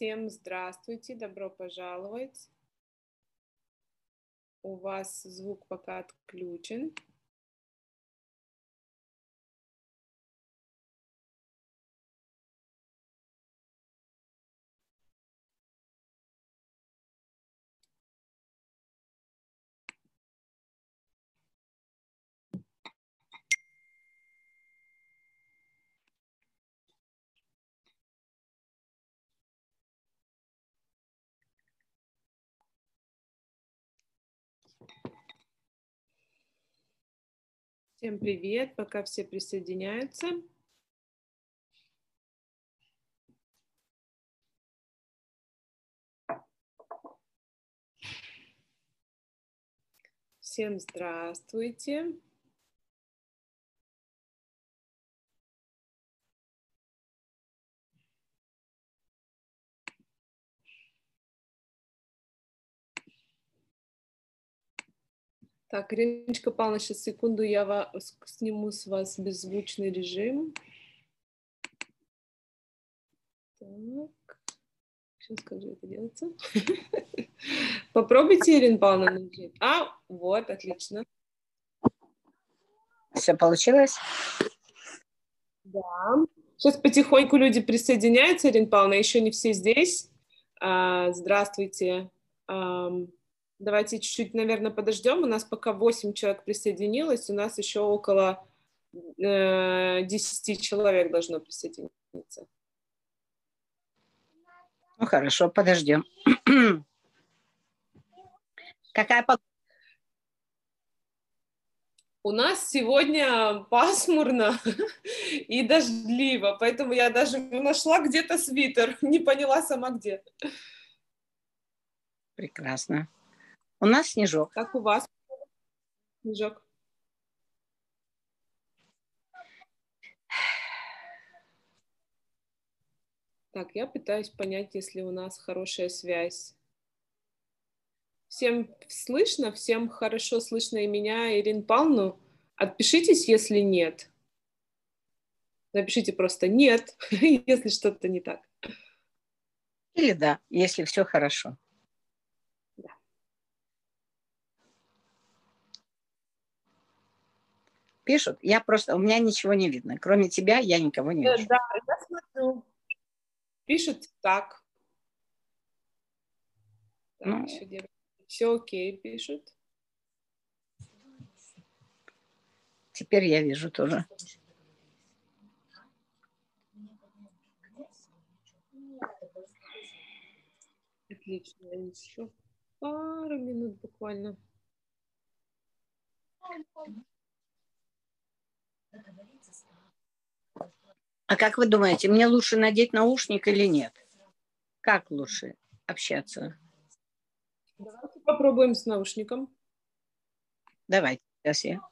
Всем здравствуйте, добро пожаловать. У вас звук пока отключен. Всем привет, пока все присоединяются. Всем здравствуйте. Так, Ириночка Павловна, сейчас секунду, я сниму с вас беззвучный режим. Так, сейчас как же это делается? Попробуйте, Ирина Павловна, нажать. Вот, отлично. Все получилось? Да. Сейчас потихоньку люди присоединяются, Ирина Павловна, еще не все здесь. Здравствуйте. Давайте чуть-чуть, наверное, подождем. У нас пока 8 человек присоединилось, у нас еще около 10 человек должно присоединиться. Ну, хорошо, подождем. Какая погода? У нас сегодня пасмурно и дождливо, поэтому я даже нашла где-то свитер, не поняла сама где. Прекрасно. У нас снежок. Как у вас снежок? Так, я пытаюсь понять, если у нас хорошая связь. Всем слышно? Всем хорошо слышно и меня, и Ирину Павловну? Отпишитесь, если нет. Напишите просто «нет», если что-то не так. Или да, если все хорошо. Да. Пишут. У меня ничего не видно. Кроме тебя я никого не вижу. Да, я смотрю. Пишут так. Так, еще девочки. Все окей, пишут. Теперь я вижу тоже. Отлично, еще пару минут буквально. А как вы думаете, мне лучше надеть наушник или нет? Как лучше общаться? Давайте попробуем с наушником. Давайте, сейчас я.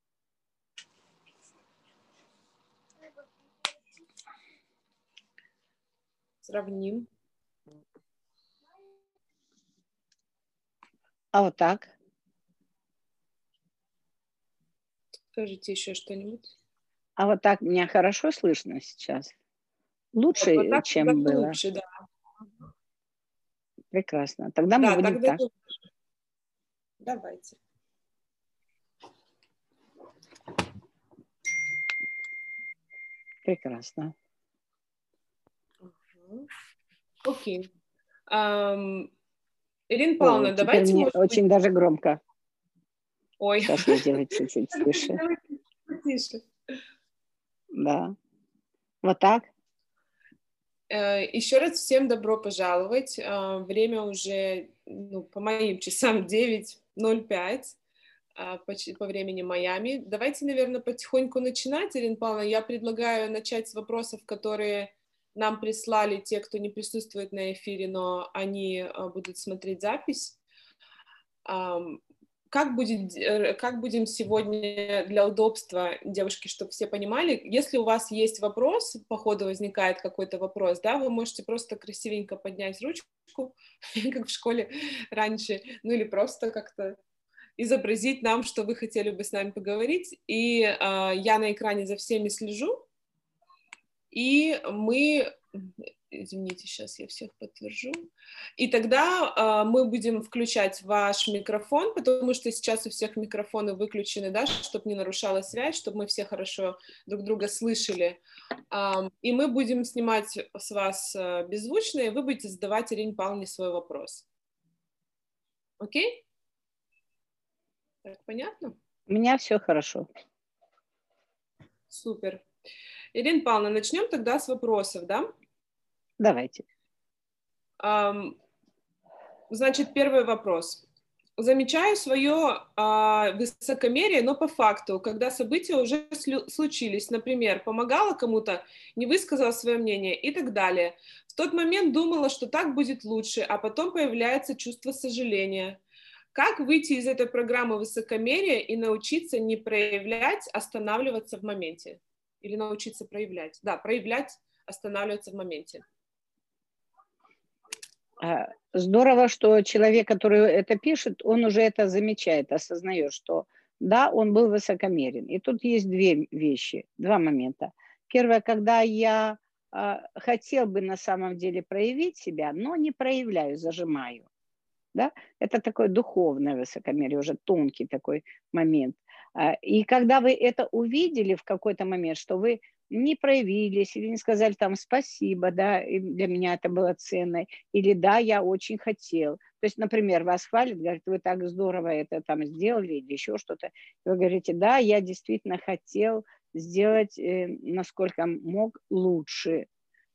Сравним. А вот так? Скажите еще что-нибудь. А вот так меня хорошо слышно сейчас? Лучше, Вот так чем было? лучше, да. Прекрасно. Тогда мы будем тогда так. лучше. Давайте. Прекрасно. Окей. Ирина Павловна, давайте... Мне очень даже громко. Ой. Сейчас я сделаю чуть-чуть тише. Тише. Да. Вот так. Еще раз всем добро пожаловать. Время уже, по моим часам, 9:05 по времени Майами. Давайте, наверное, потихоньку начинать, Ирина Павловна. Я предлагаю начать с вопросов, которые нам прислали те, кто не присутствует на эфире, но они будут смотреть запись. Как будем сегодня для удобства, девушки, чтобы все понимали, если у вас есть вопрос, по ходу возникает какой-то вопрос, да, вы можете просто красивенько поднять ручку, как в школе раньше, или просто как-то изобразить нам, что вы хотели бы с нами поговорить, и я на экране за всеми слежу, и мы, извините, сейчас я всех подтвержу, и тогда мы будем включать ваш микрофон, потому что сейчас у всех микрофоны выключены, да, чтобы не нарушала связь, чтобы мы все хорошо друг друга слышали. И мы будем снимать с вас беззвучно, и вы будете задавать Ирине Павловне свой вопрос. Окей? Так, понятно? У меня все хорошо. Супер. Ирина Павловна, начнем тогда с вопросов, да? Давайте. Значит, первый вопрос. Замечаю свое высокомерие, но по факту, когда события уже случились, например, помогала кому-то, не высказала свое мнение и так далее. В тот момент думала, что так будет лучше, а потом появляется чувство сожаления. Как выйти из этой программы высокомерия и научиться не проявлять, останавливаться в моменте? Или научиться проявлять? Да, проявлять, останавливаться в моменте. Здорово, что человек, который это пишет, он уже это замечает, осознает, что да, он был высокомерен. И тут есть две вещи, два момента. Первое, когда я хотел бы на самом деле проявить себя, но не проявляю, зажимаю. Да? Это такое духовное высокомерие, уже тонкий такой момент. И когда вы это увидели в какой-то момент, что вы не проявились или не сказали там спасибо, да, и для меня это было ценно, или да, я очень хотел. То есть, например, вас хвалят, говорят, вы так здорово это там сделали или еще что-то. Вы говорите, да, я действительно хотел сделать, насколько мог, лучше.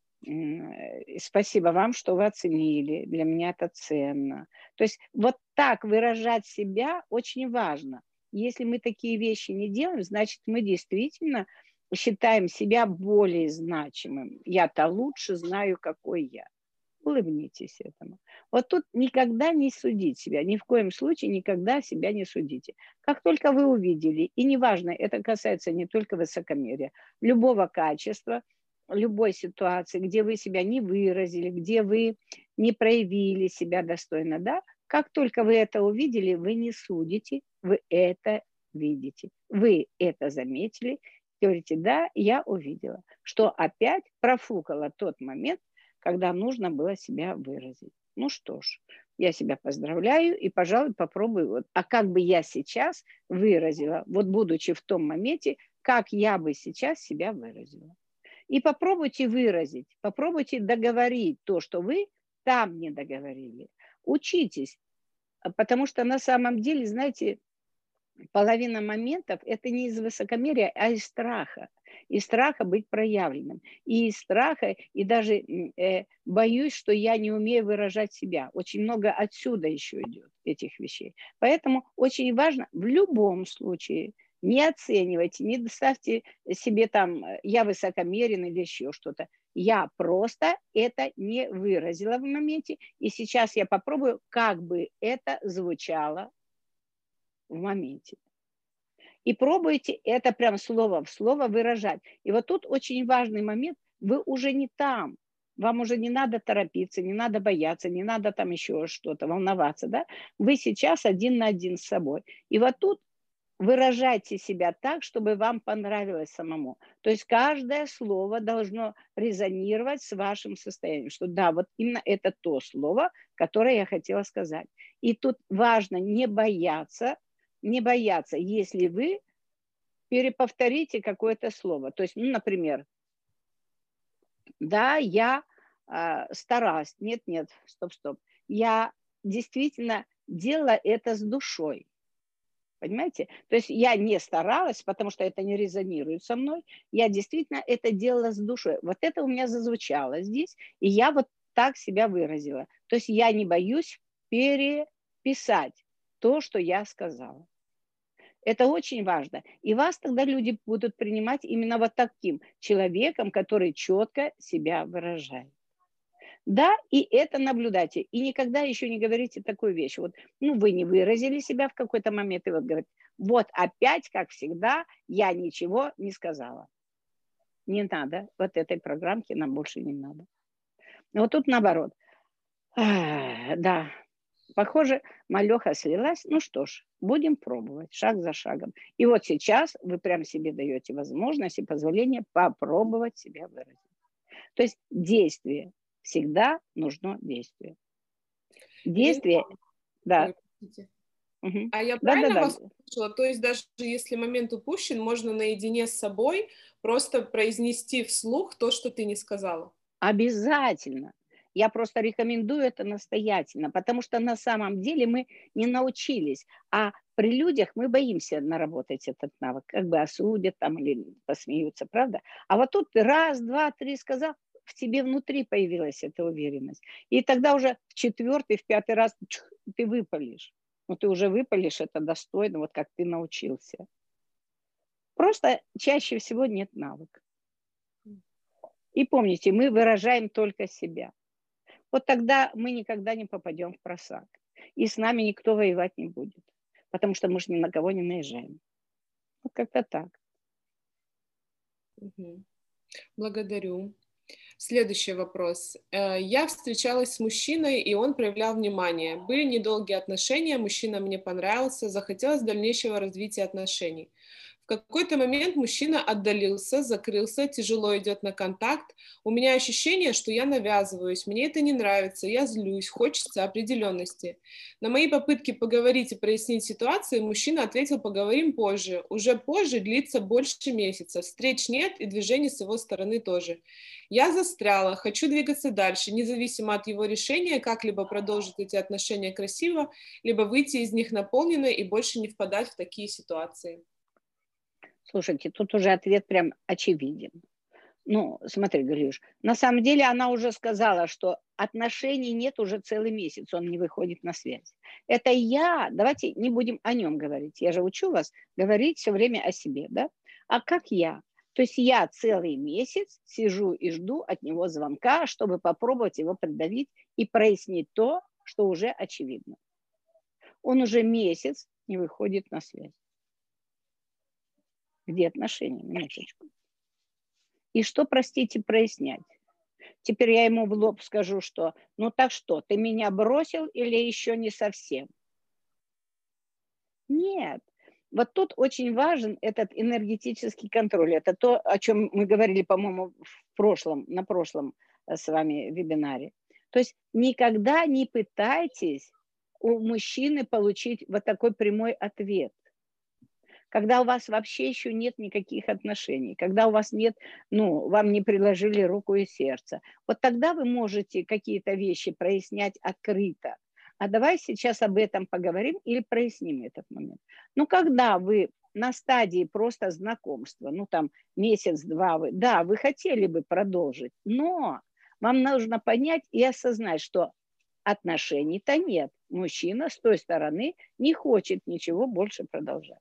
Спасибо вам, что вы оценили. Для меня это ценно. То есть вот так выражать себя очень важно. Если мы такие вещи не делаем, значит, мы действительно считаем себя более значимым. Я-то лучше знаю, какой я. Улыбнитесь этому. Вот тут никогда не судить себя, ни в коем случае никогда себя не судите. Как только вы увидели, и неважно, это касается не только высокомерия, любого качества, любой ситуации, где вы себя не выразили, где вы не проявили себя достойно, да, как только вы это увидели, вы не судите, вы это видите, вы это заметили, говорите, да, я увидела, что опять профукала тот момент, когда нужно было себя выразить. Ну что ж, я себя поздравляю и, пожалуй, попробую. Вот. А как бы я сейчас выразила, вот будучи в том моменте, как я бы сейчас себя выразила. И попробуйте выразить, попробуйте договорить то, что вы там не договорили. Учитесь, потому что на самом деле, знаете, половина моментов это не из высокомерия, а из страха. Из страха быть проявленным. И из страха, и даже боюсь, что я не умею выражать себя. Очень много отсюда еще идет этих вещей. Поэтому очень важно в любом случае не оценивайте, не ставьте себе там, я высокомерен или еще что-то. Я просто это не выразила в моменте, и сейчас я попробую, как бы это звучало в моменте. И пробуйте это прям слово в слово выражать. И вот тут очень важный момент, вы уже не там. Вам уже не надо торопиться, не надо бояться, не надо там еще что-то, волноваться. Да? Вы сейчас один на один с собой. И вот тут выражайте себя так, чтобы вам понравилось самому. То есть каждое слово должно резонировать с вашим состоянием. Что да, вот именно это то слово, которое я хотела сказать. И тут важно не бояться, если вы переповторите какое-то слово. То есть, ну, например, да, я старалась. Нет, стоп. Я действительно делала это с душой. Понимаете? То есть я не старалась, потому что это не резонирует со мной. Я действительно это делала с душой. Вот это у меня зазвучало здесь, и я вот так себя выразила. То есть я не боюсь переписать то, что я сказала. Это очень важно. И вас тогда люди будут принимать именно вот таким человеком, который четко себя выражает. Да, и это наблюдайте. И никогда еще не говорите такую вещь. Вот, ну, вы не выразили себя в какой-то момент, и вот говорите, вот опять, как всегда, я ничего не сказала. Не надо. Вот этой программки нам больше не надо. Но вот тут наоборот. Да, похоже, малеха слилась. Ну что ж, будем пробовать шаг за шагом. И вот сейчас вы прям себе даете возможность и позволение попробовать себя выразить. То есть действие. Всегда нужно действие. Ирина Действие, Павловна, да. ой, простите. Угу. А я правильно Да-да-да. вас услышала? То есть даже если момент упущен, можно наедине с собой просто произнести вслух то, что ты не сказала? Обязательно. Я просто рекомендую это настоятельно, потому что на самом деле мы не научились, а при людях мы боимся наработать этот навык, как бы осудят там или посмеются, правда? А вот тут раз, два, три сказал, в тебе внутри появилась эта уверенность. И тогда уже в четвертый, в пятый раз ты выпалишь. Ну, ты уже выпалишь это достойно, вот как ты научился. Просто чаще всего нет навыка. И помните, мы выражаем только себя. Вот тогда мы никогда не попадем в просак. И с нами никто воевать не будет. Потому что мы же ни на кого не наезжаем. Вот как-то так. Мгм. Благодарю. Следующий вопрос. Я встречалась с мужчиной, и он проявлял внимание. Были недолгие отношения, мужчина мне понравился, захотелось дальнейшего развития отношений. В какой-то момент мужчина отдалился, закрылся, тяжело идет на контакт. У меня ощущение, что я навязываюсь, мне это не нравится, я злюсь, хочется определенности. На мои попытки поговорить и прояснить ситуацию мужчина ответил: поговорим позже. Уже позже длится больше месяца, встреч нет и движений с его стороны тоже. Я застряла, хочу двигаться дальше, независимо от его решения, как-либо продолжить эти отношения красиво, либо выйти из них наполненной и больше не впадать в такие ситуации. Слушайте, тут уже ответ прям очевиден. Ну, смотри, Галюш, на самом деле она уже сказала, что отношений нет уже целый месяц, он не выходит на связь. Это я, давайте не будем о нем говорить. Я же учу вас говорить все время о себе, да? А как я? То есть я целый месяц сижу и жду от него звонка, чтобы попробовать его придавить и прояснить то, что уже очевидно. Он уже месяц не выходит на связь. Где отношения? Минуточку. И что, простите, прояснять? Теперь я ему в лоб скажу, что ну так что, ты меня бросил или еще не совсем? Нет. Вот тут очень важен этот энергетический контроль. Это то, о чем мы говорили, по-моему, на прошлом с вами вебинаре. То есть никогда не пытайтесь у мужчины получить вот такой прямой ответ. Когда у вас вообще еще нет никаких отношений, когда у вас нет, ну, вам не приложили руку и сердце, вот тогда вы можете какие-то вещи прояснять открыто. А давай сейчас об этом поговорим или проясним этот момент. Ну, когда вы на стадии просто знакомства, ну, там, месяц-два, да, вы хотели бы продолжить, но вам нужно понять и осознать, что отношений-то нет. Мужчина с той стороны не хочет ничего больше продолжать.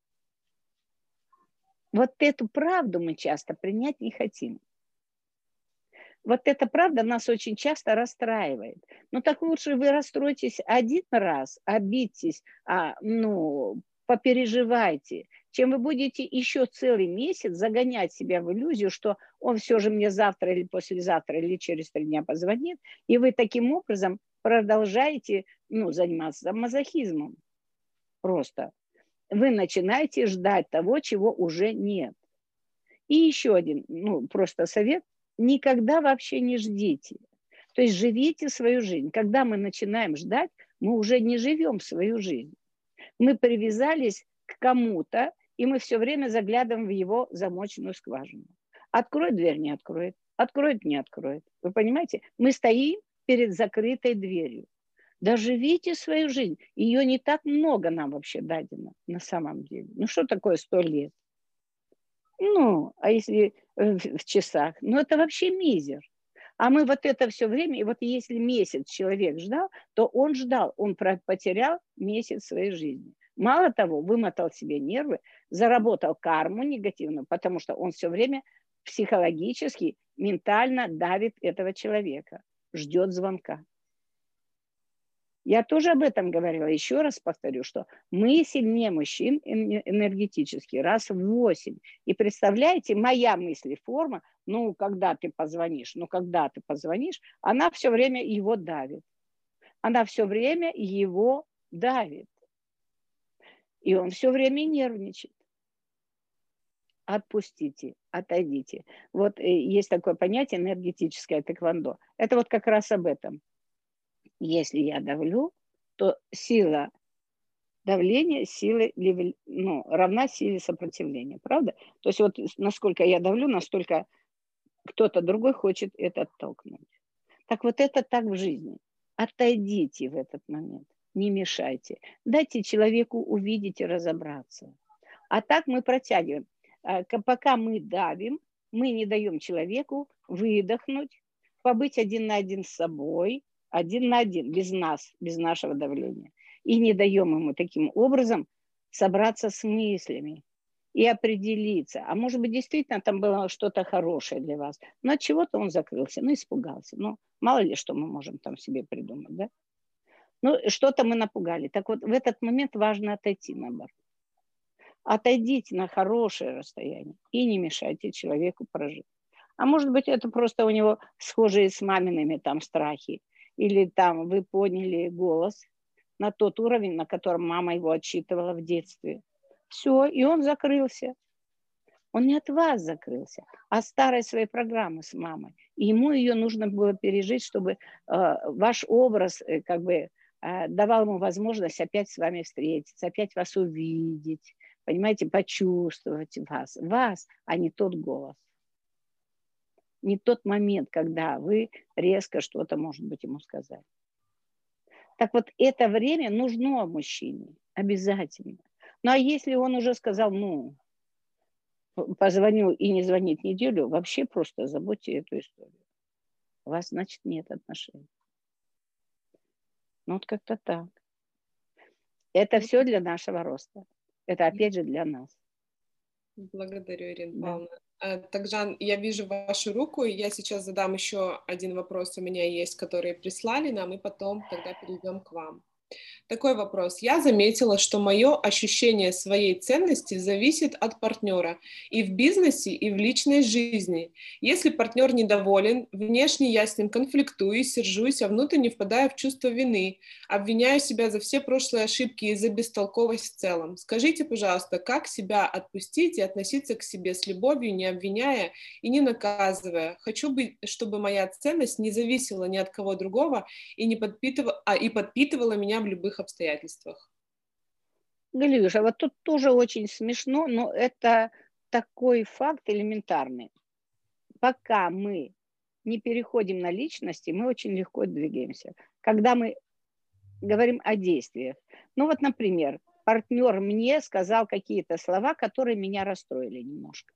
Вот эту правду мы часто принять не хотим. Вот эта правда нас очень часто расстраивает. Ну так лучше вы расстроитесь один раз, обидитесь, попереживайте, чем вы будете еще целый месяц загонять себя в иллюзию, что он все же мне завтра или послезавтра или через 3 дня позвонит, и вы таким образом продолжаете заниматься мазохизмом просто. Вы начинаете ждать того, чего уже нет. И еще один, просто совет. Никогда вообще не ждите. То есть живите свою жизнь. Когда мы начинаем ждать, мы уже не живем свою жизнь. Мы привязались к кому-то, и мы все время заглядываем в его замоченную скважину. Откроет дверь, не откроет. Откроет, не откроет. Вы понимаете? Мы стоим перед закрытой дверью. Да живите свою жизнь. Ее не так много нам вообще дадено на самом деле. Ну что такое 100 лет? А если в часах? Это вообще мизер. А мы вот это все время, и вот если месяц человек ждал, то он ждал, он потерял месяц своей жизни. Мало того, вымотал себе нервы, заработал карму негативную, потому что он все время психологически, ментально давит этого человека, ждет звонка. Я тоже об этом говорила. Еще раз повторю, что мы сильнее мужчин энергетически раз в 8. И представляете, моя мыслеформа, когда ты позвонишь, она все время его давит. Она все время его давит. И он все время нервничает. отпустите, отойдите. Вот есть такое понятие энергетическое тэквондо. Это вот как раз об этом. Если я давлю, то сила давления равна силе сопротивления, правда? То есть вот насколько я давлю, настолько кто-то другой хочет это оттолкнуть. Так вот это так в жизни. Отойдите в этот момент, не мешайте. Дайте человеку увидеть и разобраться. А так мы протягиваем. Пока мы давим, мы не даем человеку выдохнуть, побыть один на один с собой, один на один, без нас, без нашего давления. И не даем ему таким образом собраться с мыслями и определиться. А может быть, действительно там было что-то хорошее для вас. Но от чего-то он закрылся, испугался. Мало ли, что мы можем там себе придумать, да? Что-то мы напугали. Так вот, в этот момент важно отойти, наоборот. Отойдите на хорошее расстояние и не мешайте человеку прожить. А может быть, это просто у него схожие с мамиными там страхи. Или там вы подняли голос на тот уровень, на котором мама его отчитывала в детстве. Все, и он закрылся. Он не от вас закрылся, а от старой своей программы с мамой. И ему ее нужно было пережить, чтобы ваш образ давал ему возможность опять с вами встретиться, опять вас увидеть, понимаете, почувствовать вас, а не тот голос. Не тот момент, когда вы резко что-то, может быть, ему сказали. Так вот, это время нужно мужчине, обязательно. А если он уже сказал, позвонил и не звонит неделю, вообще просто забудьте эту историю. У вас, значит, нет отношений. Вот как-то так. Это все для нашего роста. Это опять же для нас. Благодарю, Ирина Павловна. Так, Жан, я вижу вашу руку, и я сейчас задам еще один вопрос у меня есть, которые прислали нам, и потом тогда перейдем к вам. Такой вопрос. Я заметила, что мое ощущение своей ценности зависит от партнера и в бизнесе, и в личной жизни. Если партнер недоволен, внешне я с ним конфликтую, сержусь, а внутренне впадаю в чувство вины, обвиняю себя за все прошлые ошибки и за бестолковость в целом. Скажите, пожалуйста, как себя отпустить и относиться к себе с любовью, не обвиняя и не наказывая? Хочу, чтобы моя ценность не зависела ни от кого другого и подпитывала меня в любых обстоятельствах. Галюша, вот тут тоже очень смешно, но это такой факт элементарный. Пока мы не переходим на личности, мы очень легко двигаемся. Когда мы говорим о действиях. Например, партнер мне сказал какие-то слова, которые меня расстроили немножко.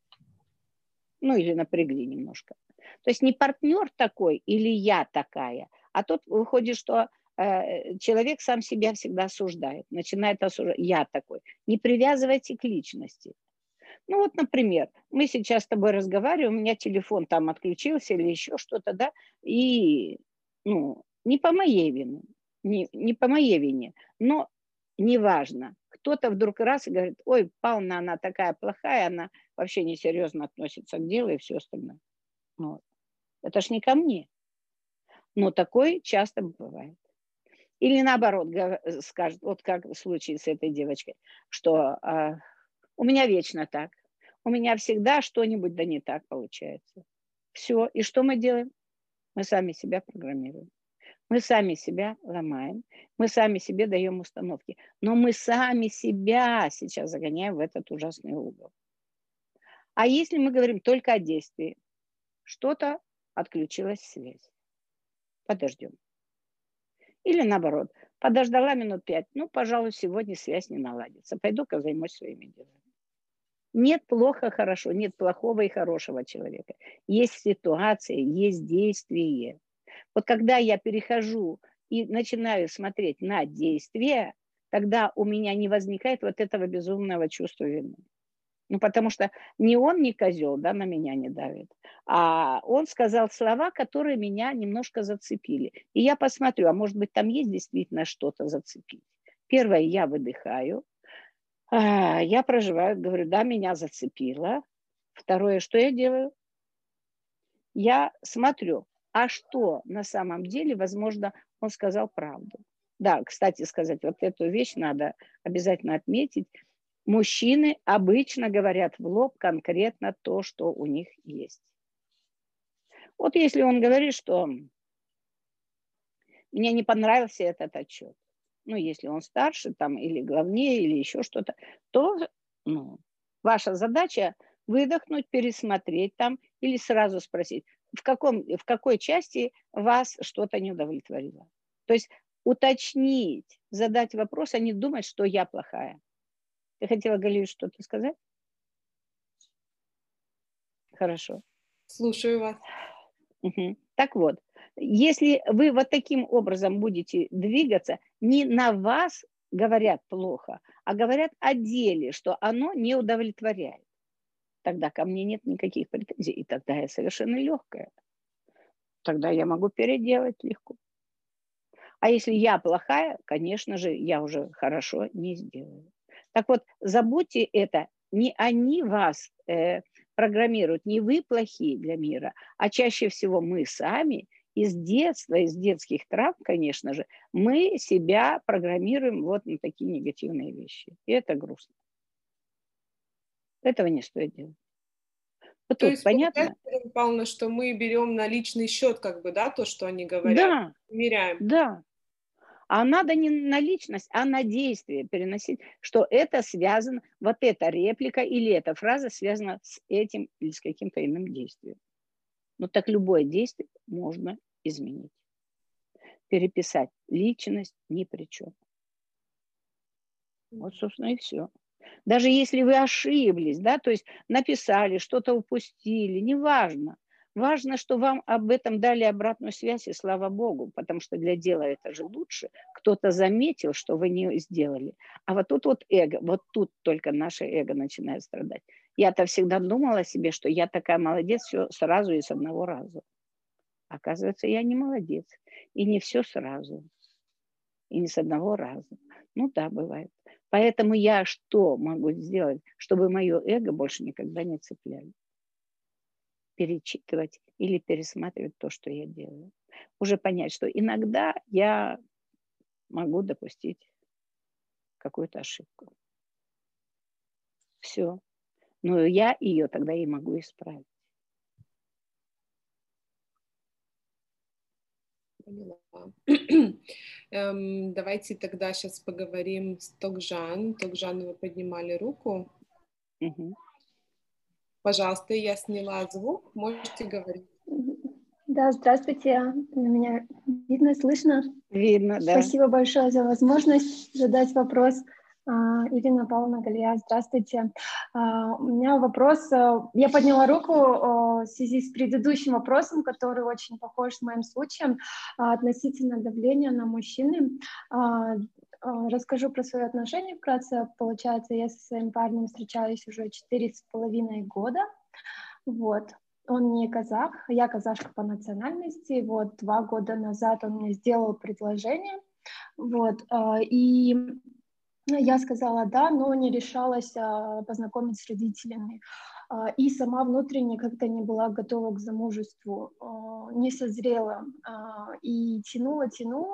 Или напрягли немножко. То есть не партнер такой или я такая, а тут выходит, что человек сам себя всегда осуждает, начинает осуждать, я такой. Не привязывайте к личности. Например, мы сейчас с тобой разговариваем, у меня телефон там отключился или еще что-то, да, и, не по моей вине, не по моей вине, но неважно. Кто-то вдруг раз и говорит, ой, Павловна, она такая плохая, она вообще несерьезно относится к делу и все остальное. Это ж не ко мне. Но такое часто бывает. Или наоборот, скажет, вот как в случае с этой девочкой, что у меня вечно так, у меня всегда что-нибудь да не так получается. Все. И что мы делаем? Мы сами себя программируем. Мы сами себя ломаем, мы сами себе даем установки. Но мы сами себя сейчас загоняем в этот ужасный угол. А если мы говорим только о действии, что-то отключилась связь. Подождем. Или наоборот, подождала минут 5. Пожалуй, сегодня связь не наладится. Пойду-ка займусь своими делами. Нет плохо, хорошо, нет плохого и хорошего человека. Есть ситуация, есть действие. Вот когда я перехожу и начинаю смотреть на действия, тогда у меня не возникает вот этого безумного чувства вины. Потому что ни он, ни козел, да, на меня не давит. А он сказал слова, которые меня немножко зацепили. И я посмотрю, а может быть, там есть действительно что-то зацепить. Первое, я выдыхаю. Я проживаю, говорю, да, меня зацепило. Второе, что я делаю? Я смотрю, а что на самом деле, возможно, он сказал правду. Да, кстати сказать, вот эту вещь надо обязательно отметить. Мужчины обычно говорят в лоб конкретно то, что у них есть. Вот если он говорит, что мне не понравился этот отчет, ну, если он старше там или главнее, или еще что-то, то ваша задача выдохнуть, пересмотреть там или сразу спросить, в какой части вас что-то не удовлетворило. То есть уточнить, задать вопрос, а не думать, что я плохая. Ты хотела, Галина, что-то сказать? Хорошо. Слушаю вас. Угу. Так вот, если вы вот таким образом будете двигаться, не на вас говорят плохо, а говорят о деле, что оно не удовлетворяет. Тогда ко мне нет никаких претензий, и тогда я совершенно легкая. Тогда я могу переделать легко. А если я плохая, конечно же, я уже хорошо не сделаю. Так вот, забудьте это, не они вас программируют, не вы плохие для мира, а чаще всего мы сами из детства, из детских травм, конечно же, мы себя программируем вот на такие негативные вещи. И это грустно. Этого не стоит делать. Вот То тут есть, понятно? получается, Павловна, что мы берем на личный счет, как бы, да, то, что они говорят, Да, меряем. да. А надо не на личность, а на действие переносить, что это связано, вот эта реплика или эта фраза связана с этим или с каким-то иным действием. Но так любое действие можно изменить. Переписать личность ни при чем. Вот, собственно, и все. Даже если вы ошиблись, да, то есть написали, что-то упустили, неважно. Важно, что вам об этом дали обратную связь, и слава Богу, потому что для дела это же лучше. Кто-то заметил, что вы не сделали. А вот тут вот эго, вот тут только наше эго начинает страдать. Я-то всегда думала о себе, что я такая молодец, все сразу и с одного раза. Оказывается, я не молодец. И не все сразу. И не с одного раза. Ну да, бывает. Поэтому я что могу сделать, чтобы мое эго больше никогда не цепляли? Перечитывать или пересматривать то, что я делаю. Уже понять, что иногда я могу допустить какую-то ошибку. Все. Но я ее тогда и могу исправить. Поняла. Давайте тогда сейчас поговорим с Тогжан. Тогжан, вы поднимали руку. Угу. Пожалуйста, я сняла звук, можете говорить. Да, здравствуйте. Меня видно, слышно? Видно, да. Спасибо большое за возможность задать вопрос. Ирина Павловна, Галия, здравствуйте. У меня вопрос. Я подняла руку в связи с предыдущим вопросом, который очень похож с моим случаем, относительно давления на мужчины. Расскажу про свои отношения вкратце. Получается, я со своим парнем встречаюсь уже 4,5 года. Вот. Он не казах, я казашка по национальности. Вот 2 года назад он мне сделал предложение. Вот. И я сказала да, но не решалась познакомить с родителями. И сама внутренне как-то не была готова к замужеству, не созрела. И тянула.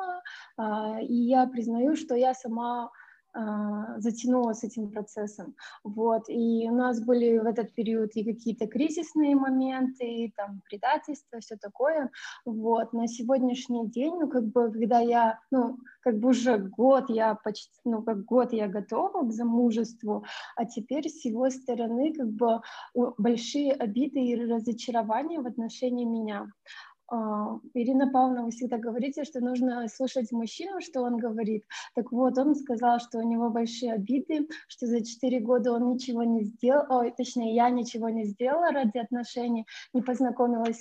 И я признаю, что я сама затянула с этим процессом. Вот. И у нас были в этот период и какие-то кризисные моменты, и там предательство, все такое. Вот. На сегодняшний день, ну, как бы, когда я, ну, как бы уже год я почти, ну, как год я готова к замужеству, а теперь с его стороны, как бы, большие обиды и разочарования в отношении меня. Ирина Павловна, вы всегда говорите, что нужно слушать мужчину, что он говорит. Так вот, он сказал, что у него большие обиды, что за 4 года он ничего не сделал, точнее, я ничего не сделала ради отношений, не познакомилась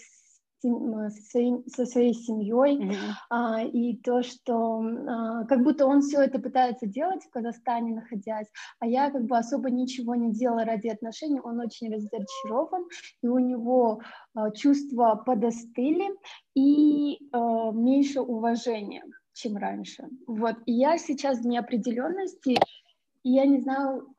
со своей семьей, и то, что как будто он все это пытается делать в Казахстане, находясь, а я как бы особо ничего не делала ради отношений, он очень разочарован, и у него чувства подостыли и меньше уважения, чем раньше. Вот. И я сейчас в неопределенности, и я не знаю,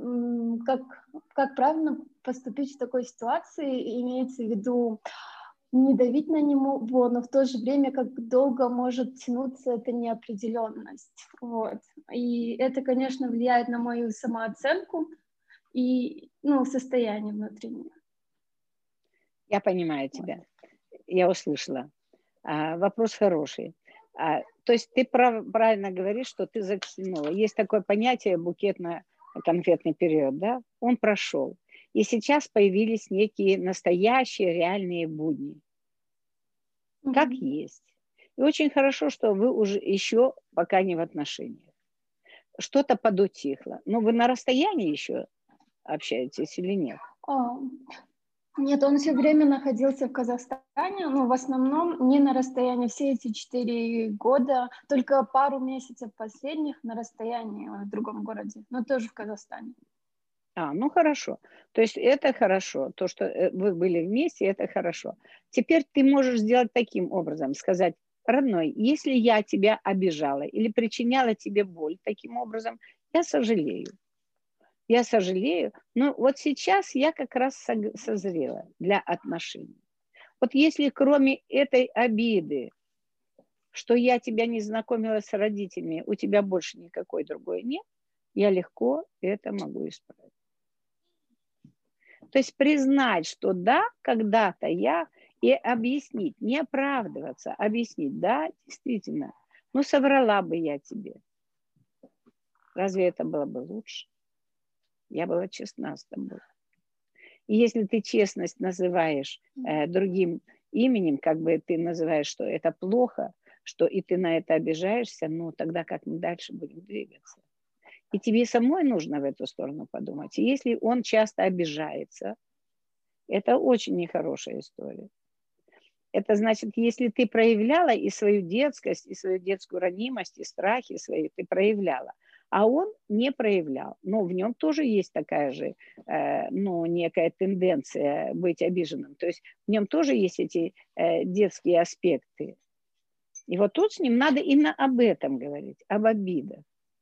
как правильно поступить в такой ситуации, имеется в виду, не давить на него, но в то же время, как долго может тянуться эта неопределенность. Вот. И это, конечно, влияет на мою самооценку и состояние внутреннее. Я понимаю тебя. Я услышала. Вопрос хороший. То есть ты правильно говоришь, что ты заглянула. Есть такое понятие букетно-конфетный период, да? Он прошел. И сейчас появились некие настоящие реальные будни. Как есть. И очень хорошо, что вы уже еще пока не в отношениях. Что-то подутихло. Но вы на расстоянии еще общаетесь или нет? Нет, он все время находился в Казахстане, но в основном не на расстоянии. Все эти 4 года, только пару месяцев последних на расстоянии в другом городе, но тоже в Казахстане. Ну хорошо. То есть это хорошо. То, что вы были вместе, это хорошо. Теперь ты можешь сделать таким образом, сказать: родной, если я тебя обижала или причиняла тебе боль таким образом, я сожалею. Я сожалею, но вот сейчас я как раз созрела для отношений. Вот если кроме этой обиды, что я тебя не знакомила с родителями, у тебя больше никакой другой нет, я легко это могу исправить. То есть признать, что да, когда-то я, и объяснить, не оправдываться, объяснить, да, действительно, соврала бы я тебе. Разве это было бы лучше? Я была честна с тобой. И если ты честность называешь другим именем, как бы ты называешь, что это плохо, что и ты на это обижаешься, тогда как мы дальше будем двигаться? И тебе самой нужно в эту сторону подумать. И если он часто обижается, это очень нехорошая история. Это значит, если ты проявляла и свою детскость, и свою детскую ранимость, и страхи свои, ты проявляла, а он не проявлял. Но в нем тоже есть такая же, некая тенденция быть обиженным. То есть в нем тоже есть эти детские аспекты. И вот тут с ним надо именно об этом говорить, об обидах.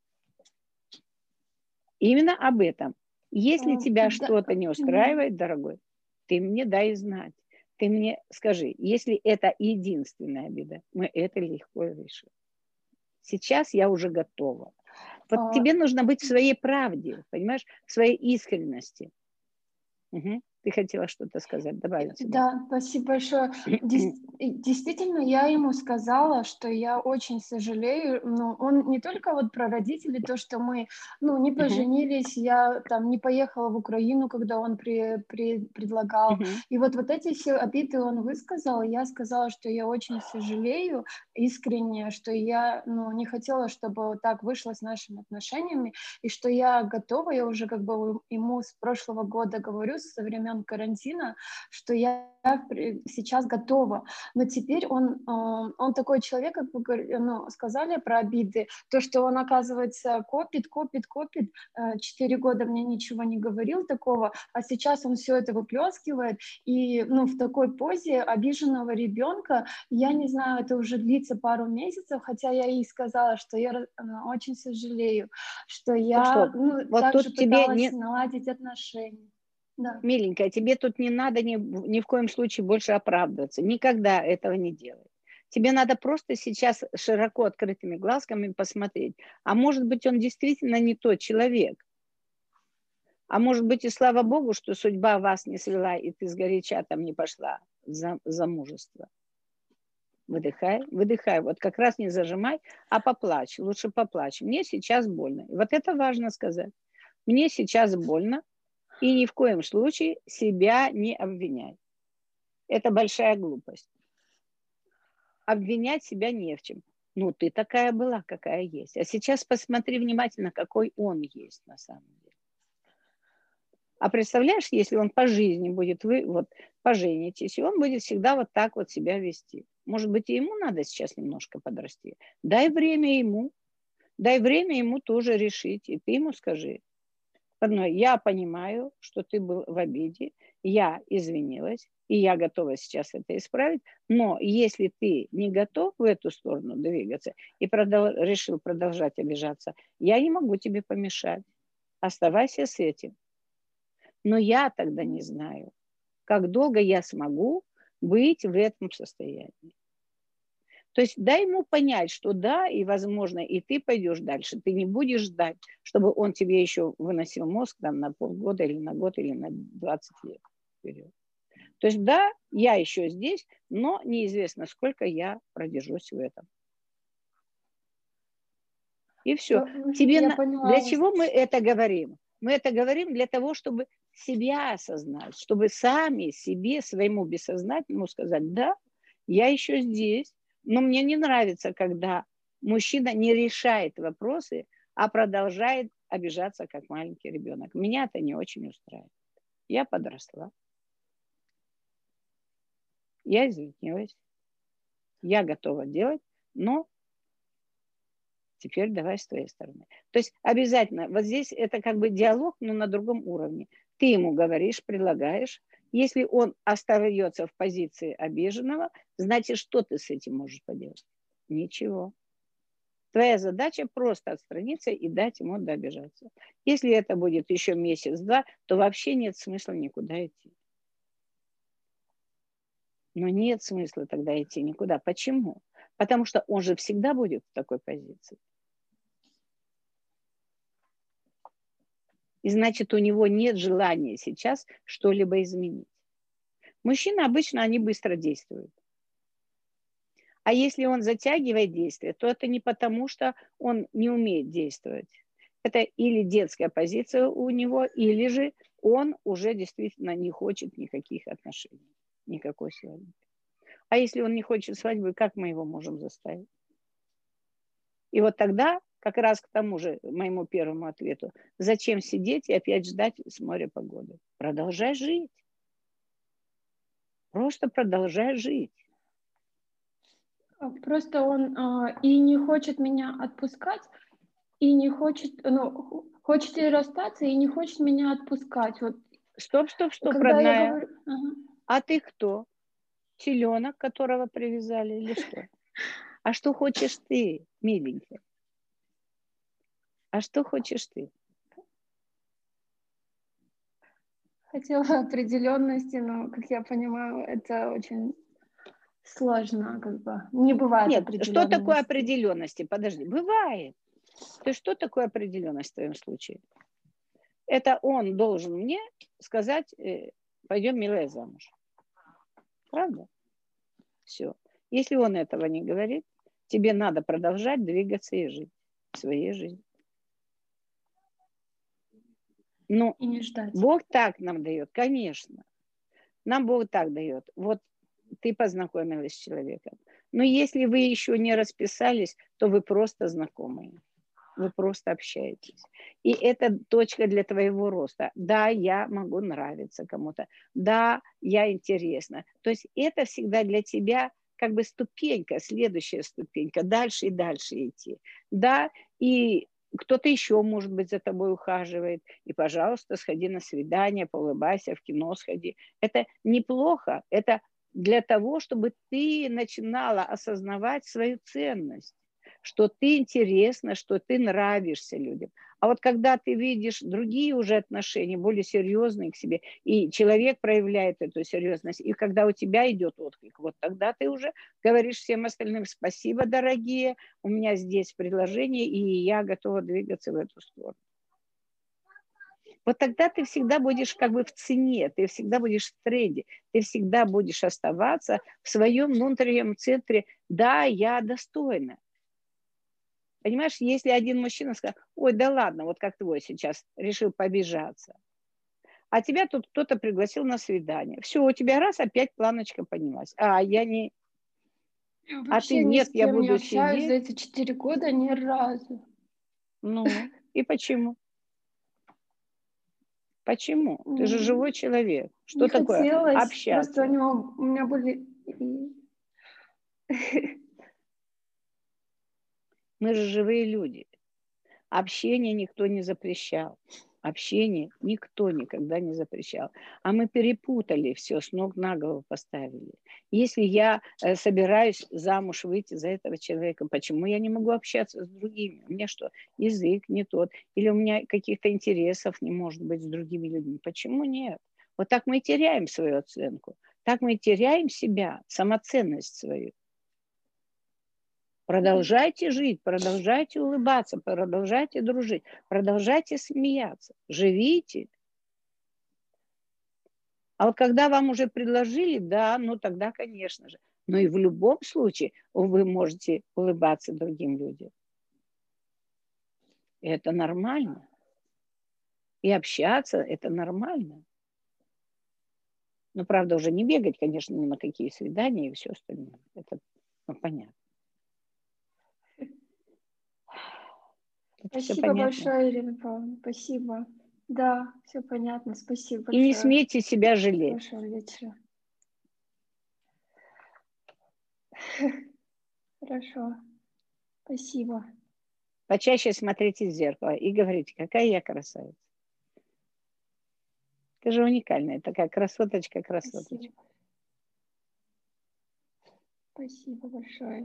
Именно об этом. Если тебя что-то не устраивает, дорогой, ты мне дай знать. Ты мне скажи, если это единственная обида, мы это легко решим. Сейчас я уже готова. Вот тебе нужно быть в своей правде, понимаешь, в своей искренности. Угу. Ты хотела что-то сказать, добавить? Да, спасибо большое. Действительно, я ему сказала, что я очень сожалею, но он не только вот про родителей, то, что мы, не поженились, я там не поехала в Украину, когда он предлагал, и вот эти все обиды он высказал, и я сказала, что я очень сожалею искренне, что я, не хотела, чтобы вот так вышло с нашими отношениями, и что я готова, я уже как бы ему с прошлого года говорю, со времен карантина, что я сейчас готова. Но теперь он такой человек, как вы сказали про обиды, то, что он, оказывается, копит. 4 года мне ничего не говорил такого, а сейчас он все это выплескивает, и в такой позе обиженного ребенка, я не знаю, это уже длится пару месяцев, хотя я ей сказала, что я очень сожалею, что я также пыталась наладить отношения. Да. Миленькая, тебе тут не надо ни в коем случае больше оправдываться. Никогда этого не делай. Тебе надо просто сейчас широко открытыми глазками посмотреть. А может быть, он действительно не тот человек. А может быть, и слава Богу, что судьба вас не свела, и ты сгоряча там не пошла в замужество. Выдыхай, выдыхай. Вот как раз не зажимай, а поплачь. Лучше поплачь. Мне сейчас больно. И вот это важно сказать. Мне сейчас больно. И ни в коем случае себя не обвиняй. Это большая глупость. Обвинять себя не в чем. Ты такая была, какая есть. А сейчас посмотри внимательно, какой он есть на самом деле. А представляешь, если он по жизни будет, вы поженитесь, и он будет всегда вот так вот себя вести. Может быть, и ему надо сейчас немножко подрасти. Дай время ему тоже решить. И ты ему скажи: родной, я понимаю, что ты был в обиде, я извинилась, и я готова сейчас это исправить, но если ты не готов в эту сторону двигаться и решил продолжать обижаться, я не могу тебе помешать. Оставайся с этим. Но я тогда не знаю, как долго я смогу быть в этом состоянии. То есть дай ему понять, что да, и, возможно, и ты пойдешь дальше. Ты не будешь ждать, чтобы он тебе еще выносил мозг там, на полгода или на год или на 20 лет вперед. То есть да, я еще здесь, но неизвестно, сколько я продержусь в этом. И все. Для чего мы это говорим? Мы это говорим для того, чтобы себя осознать, чтобы сами себе, своему бессознательному сказать, да, я еще здесь, но мне не нравится, когда мужчина не решает вопросы, а продолжает обижаться, как маленький ребенок. Меня это не очень устраивает. Я подросла. Я извинилась. Я готова делать, но теперь давай с твоей стороны. То есть обязательно, вот здесь это как бы диалог, но на другом уровне. Ты ему говоришь, предлагаешь. Если он остается в позиции обиженного, значит, что ты с этим можешь поделать? Ничего. Твоя задача просто отстраниться и дать ему дообижаться. Если это будет еще месяц-два, то вообще нет смысла никуда идти. Но нет смысла тогда идти никуда. Почему? Потому что он же всегда будет в такой позиции. И значит, у него нет желания сейчас что-либо изменить. Мужчины обычно, они быстро действуют. А если он затягивает действие, то это не потому, что он не умеет действовать. Это или детская позиция у него, или же он уже действительно не хочет никаких отношений, никакой свадьбы. А если он не хочет свадьбы, как мы его можем заставить? И вот тогда, как раз к тому же моему первому ответу, зачем сидеть и опять ждать с моря погоды? Продолжай жить. Просто продолжай жить. Просто он и не хочет меня отпускать, и не хочет, хочет и расстаться, и не хочет меня отпускать. Вот. Стоп, родная. Говорю... А ты кто? Теленок, которого привязали или что? А что хочешь ты, миленькая? А что хочешь ты? Хотела определенности, но, как я понимаю, это очень сложно, как бы. Не бывает определенности. Что такое определенности? Подожди, бывает. То есть что такое определенность в твоем случае? Это он должен мне сказать, пойдем, милая, замуж. Правда? Все. Если он этого не говорит, тебе надо продолжать двигаться и жить своей жизнью. Ну, и не ждать. Бог так нам дает, конечно. Нам Бог так дает. Вот ты познакомилась с человеком. Но если вы еще не расписались, то вы просто знакомые. Вы просто общаетесь. И это точка для твоего роста. Да, я могу нравиться кому-то. Да, я интересна. То есть это всегда для тебя как бы ступенька, следующая ступенька. Дальше и дальше идти. Да, и кто-то еще, может быть, за тобой ухаживает. И, пожалуйста, сходи на свидание, поулыбайся, в кино сходи. Это неплохо. Это для того, чтобы ты начинала осознавать свою ценность, что ты интересна, что ты нравишься людям. А вот когда ты видишь другие уже отношения, более серьезные к себе, и человек проявляет эту серьезность, и когда у тебя идет отклик, вот тогда ты уже говоришь всем остальным: спасибо, дорогие, у меня здесь предложение, и я готова двигаться в эту сторону. Вот тогда ты всегда будешь как бы в цене, ты всегда будешь в тренде, ты всегда будешь оставаться в своем внутреннем центре. Да, я достойна. Понимаешь, если один мужчина скажет: ой, да ладно, вот как твой сейчас решил побежаться, а тебя тут кто-то пригласил на свидание. Все, у тебя раз опять планочка поднялась. А я не... А ты нет, я буду не общаюсь сидеть. За эти 4 года ни разу. Ну, и почему? Почему? Ты же живой человек. Что не такое хотелось, общаться? Просто у меня были... Мы же живые люди. Общение никто не запрещал. Общение никто никогда не запрещал. А мы перепутали все, с ног на голову поставили. Если я собираюсь замуж выйти за этого человека, почему я не могу общаться с другими? У меня что, язык не тот? Или у меня каких-то интересов не может быть с другими людьми? Почему нет? Вот так мы теряем свою оценку. так мы теряем себя, самоценность свою. Продолжайте жить, продолжайте улыбаться, продолжайте дружить, продолжайте смеяться, живите. А вот когда вам уже предложили, да, ну тогда, конечно же. Но и в любом случае вы можете улыбаться другим людям. И это нормально. И общаться, это нормально. Но, правда, уже не бегать, конечно, ни на какие свидания и все остальное. Это понятно. Это Спасибо большое, Ирина Павловна. Спасибо. Да, все понятно. Спасибо большое. И не смейте себя жалеть. Хорошего вечера. Хорошо. Спасибо. Почаще смотрите в зеркало и говорите, какая я красавица. Ты же уникальная, такая красоточка, красоточка. Спасибо. Спасибо большое.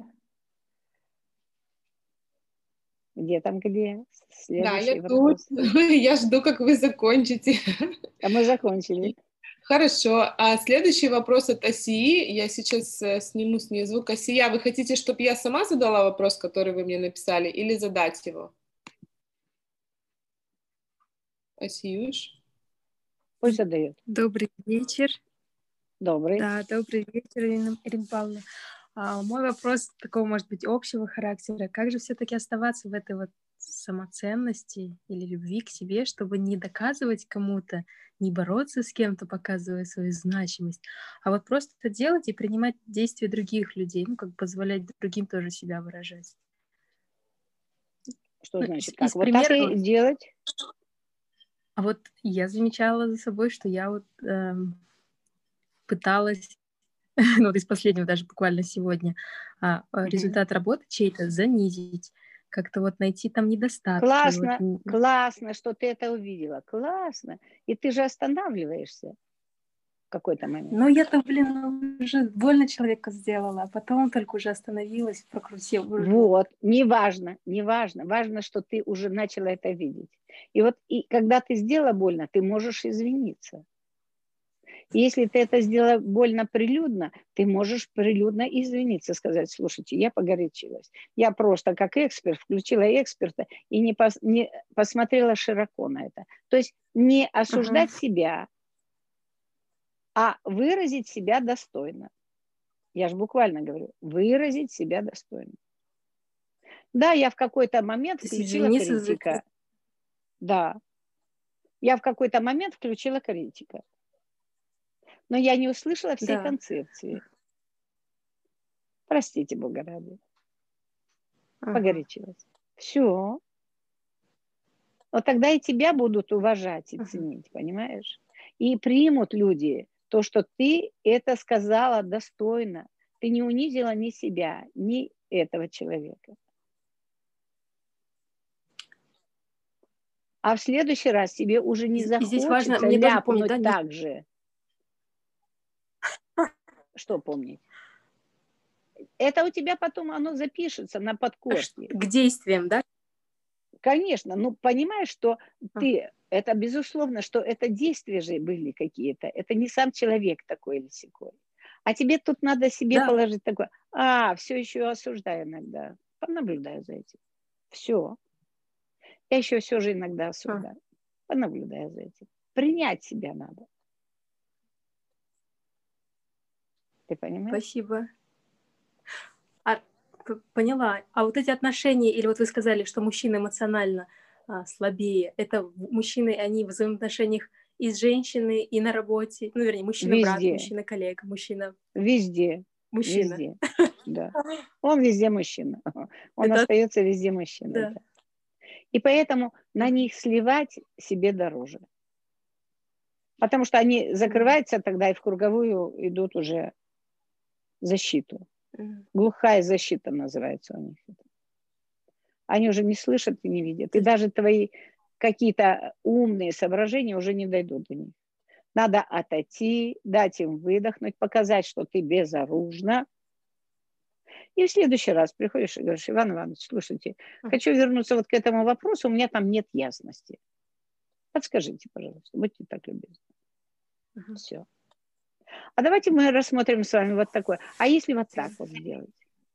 Где там, где? Да, Следующий я вопрос. тут. Я жду, как вы закончите. А мы закончили. Хорошо. А следующий вопрос от Асии. Я сейчас сниму с нее звук. Асия, вы хотите, чтобы я сама задала вопрос, который вы мне написали, или задать его? Асиюш? Пусть задает. Добрый вечер. Добрый. Да, добрый вечер, Ирина Павловна. Мой вопрос такого, может быть, общего характера. Как же все-таки оставаться в этой вот самоценности или любви к себе, чтобы не доказывать кому-то, не бороться с кем-то, показывая свою значимость, а вот просто это делать и принимать действия других людей, ну, как позволять другим тоже себя выражать. Что значит? Как? Вот так и делать? А вот я замечала за собой, что я вот пыталась, ну вот из последнего даже буквально сегодня, результат работы чей-то занизить, как-то вот найти там недостатки. Классно, вот. Классно, что ты это увидела, классно. И ты же останавливаешься в какой-то момент. Ну я-то, уже больно человеку сделала, а потом только уже остановилась, прокрутила. Вот, неважно, важно, что ты уже начала это видеть. И вот когда ты сделала больно, ты можешь извиниться. Если ты это сделала больно прилюдно, ты можешь прилюдно извиниться, сказать, слушайте, я погорячилась. Я просто как эксперт включила эксперта и не посмотрела широко на это. То есть не осуждать себя, а выразить себя достойно. Я же буквально говорю, выразить себя достойно. Да, я в какой-то момент включила критика. Да, я в какой-то момент включила критика. Но я не услышала всей концепции. Простите, Бога ради. Погорячилась. Все. Вот тогда и тебя будут уважать и ценить, понимаешь? И примут люди то, что ты это сказала достойно. Ты не унизила ни себя, ни этого человека. А в следующий раз тебе уже не захочется важно, ляпнуть помнить, так же. Что помнить? Это у тебя потом оно запишется на подкорке. К действиям, да? Конечно. Ну, понимаешь, что ты... Это безусловно, что это действия же были какие-то. Это не сам человек такой или сякой. А тебе тут надо себе положить такое. Все еще осуждаю иногда. Понаблюдаю за этим. Все. Я еще все же иногда осуждаю. Понаблюдаю за этим. Принять себя надо. Ты понимаешь? Спасибо. Поняла. А вот эти отношения, или вот вы сказали, что мужчина эмоционально слабее, это мужчины, они в взаимоотношениях и с женщиной, и на работе, ну, вернее, мужчина-брат, мужчина-коллега, мужчина... Везде. Мужчина. Везде. Да. Он везде мужчина. Он остается везде мужчиной. Да. Да. И поэтому на них сливать себе дороже. Потому что они закрываются тогда и в круговую идут уже защиту. Глухая защита называется у них. Они уже не слышат и не видят. И даже твои какие-то умные соображения уже не дойдут до них. Надо отойти, дать им выдохнуть, показать, что ты безоружна. И в следующий раз приходишь и говоришь: Иван Иванович, слушайте, хочу вернуться вот к этому вопросу, у меня там нет ясности. Подскажите, пожалуйста, будьте так любезны. Все. А давайте мы рассмотрим с вами вот такое. А если вот так вот сделать?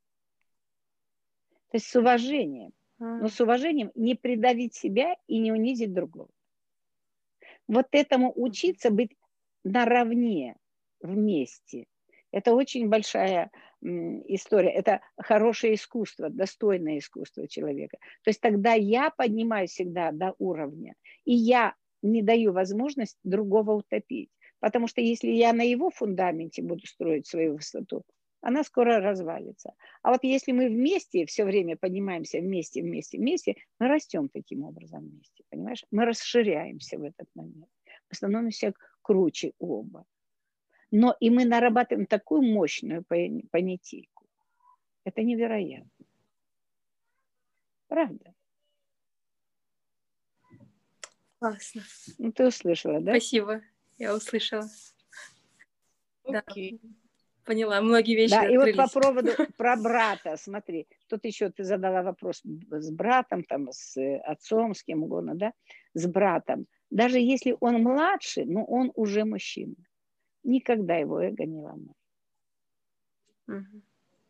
То есть с уважением. Но с уважением не придавить себя и не унизить другого. Вот этому учиться быть наравне, вместе. Это очень большая история. Это хорошее искусство, достойное искусство человека. То есть тогда я поднимаюсь всегда до уровня, и я не даю возможность другого утопить. Потому что если я на его фундаменте буду строить свою высоту, она скоро развалится. А вот если мы вместе все время поднимаемся вместе, мы растем таким образом вместе, понимаешь? Мы расширяемся в этот момент. Мы становимся круче оба. Но и мы нарабатываем такую мощную понятийку. Это невероятно. Правда? Классно. Ну, ты услышала, да? Спасибо. Я услышала. Окей. Да. Поняла. Многие вещи Да, и вот по открылись. поводу про брата, смотри, тут еще ты задала вопрос с братом, там, с отцом, с кем угодно, да, с братом. Даже если он младше, но он уже мужчина. Никогда его эго не ломай. Мгм.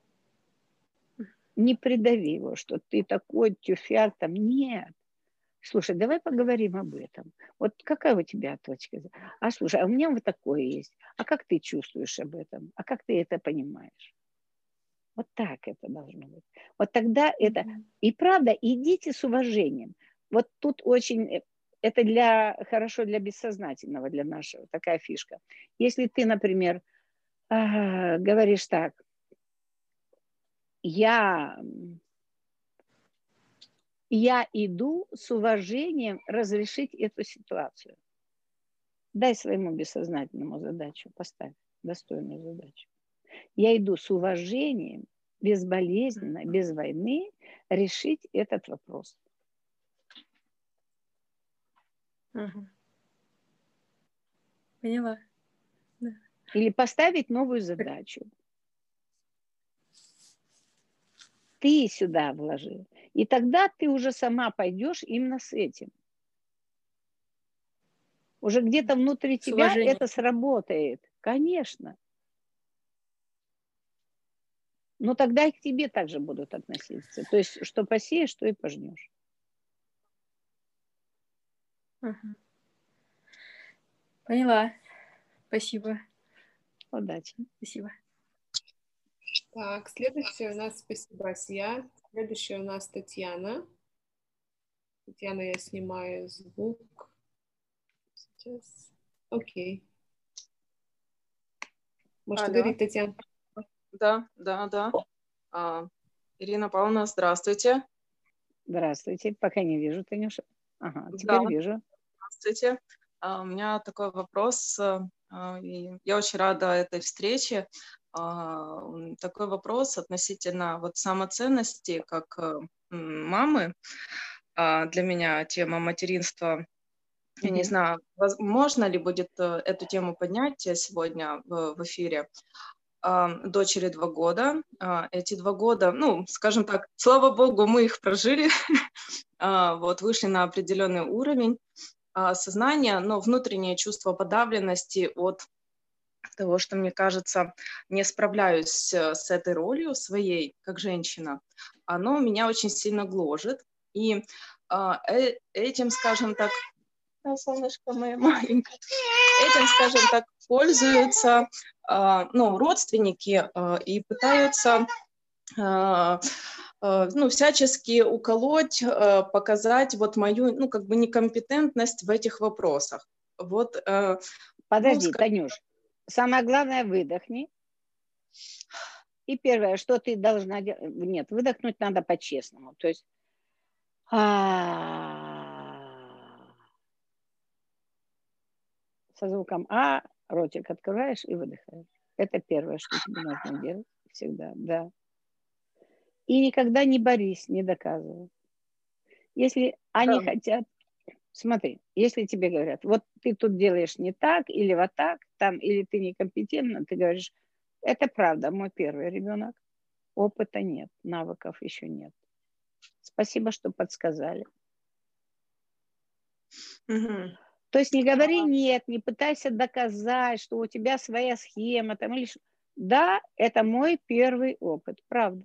Не придави его, что ты такой тюфяк там. Нет. Слушай, давай поговорим об этом. Вот какая у тебя точка зрения? А слушай, а у меня вот такое есть. А как ты чувствуешь об этом? А как ты это понимаешь? Вот так это должно быть. Вот тогда это... И правда, идите с уважением. Вот тут очень... Это хорошо для бессознательного, для нашего. Такая фишка. Если ты, например, говоришь так, я иду с уважением разрешить эту ситуацию. Дай своему бессознательному задачу, поставь достойную задачу. Я иду с уважением, безболезненно, без войны решить этот вопрос. Мгм. Поняла. Да. Или поставить новую задачу. Ты сюда вложи. И тогда ты уже сама пойдешь именно с этим. Уже где-то внутри С тебя уважением. это сработает. Конечно. Но тогда и к тебе также будут относиться. То есть, что посеешь, что и пожнешь. Мгм. Поняла. Спасибо. Удачи. Спасибо. Так, следующая у нас, спасибо, Асия. Следующая у нас Татьяна. Татьяна, я снимаю звук. Сейчас. Окей. Можете Алло. говорить, Татьяна? Да. Ирина Павловна, здравствуйте. Здравствуйте. Пока не вижу, Танюша. Ага, Да, теперь вижу. здравствуйте. У меня такой вопрос. И я очень рада этой встрече. Такой вопрос относительно вот самоценности как мамы. Для меня тема материнства. Я не знаю, можно ли будет эту тему поднять сегодня в эфире. Дочери 2 года. Эти 2 года, ну, скажем так, слава богу, мы их прожили, вот, вышли на определенный уровень сознания, но внутреннее чувство подавленности от того, что, мне кажется, не справляюсь с этой ролью своей, как женщина, оно меня очень сильно гложет. И этим, скажем так, да, солнышко мое маленькое, этим, скажем так, пользуются родственники и пытаются всячески уколоть, показать вот мою, как бы некомпетентность в этих вопросах. Вот, Подожди, Танюш. Самое главное, выдохни. И первое, что ты должна делать... Нет, выдохнуть надо по-честному. То есть... Со звуком А ротик открываешь и выдыхаешь. Это первое, что тебе нужно делать всегда, да. И никогда не борись, не доказывай. Если они хотят, смотри, если тебе говорят, вот ты тут делаешь не так, или вот так, там, или ты некомпетентна, ты говоришь, это правда, мой первый ребенок, опыта нет, навыков еще нет. Спасибо, что подсказали. Угу. То есть не говори нет, не пытайся доказать, что у тебя своя схема. Там, или... Да, это мой первый опыт, правда.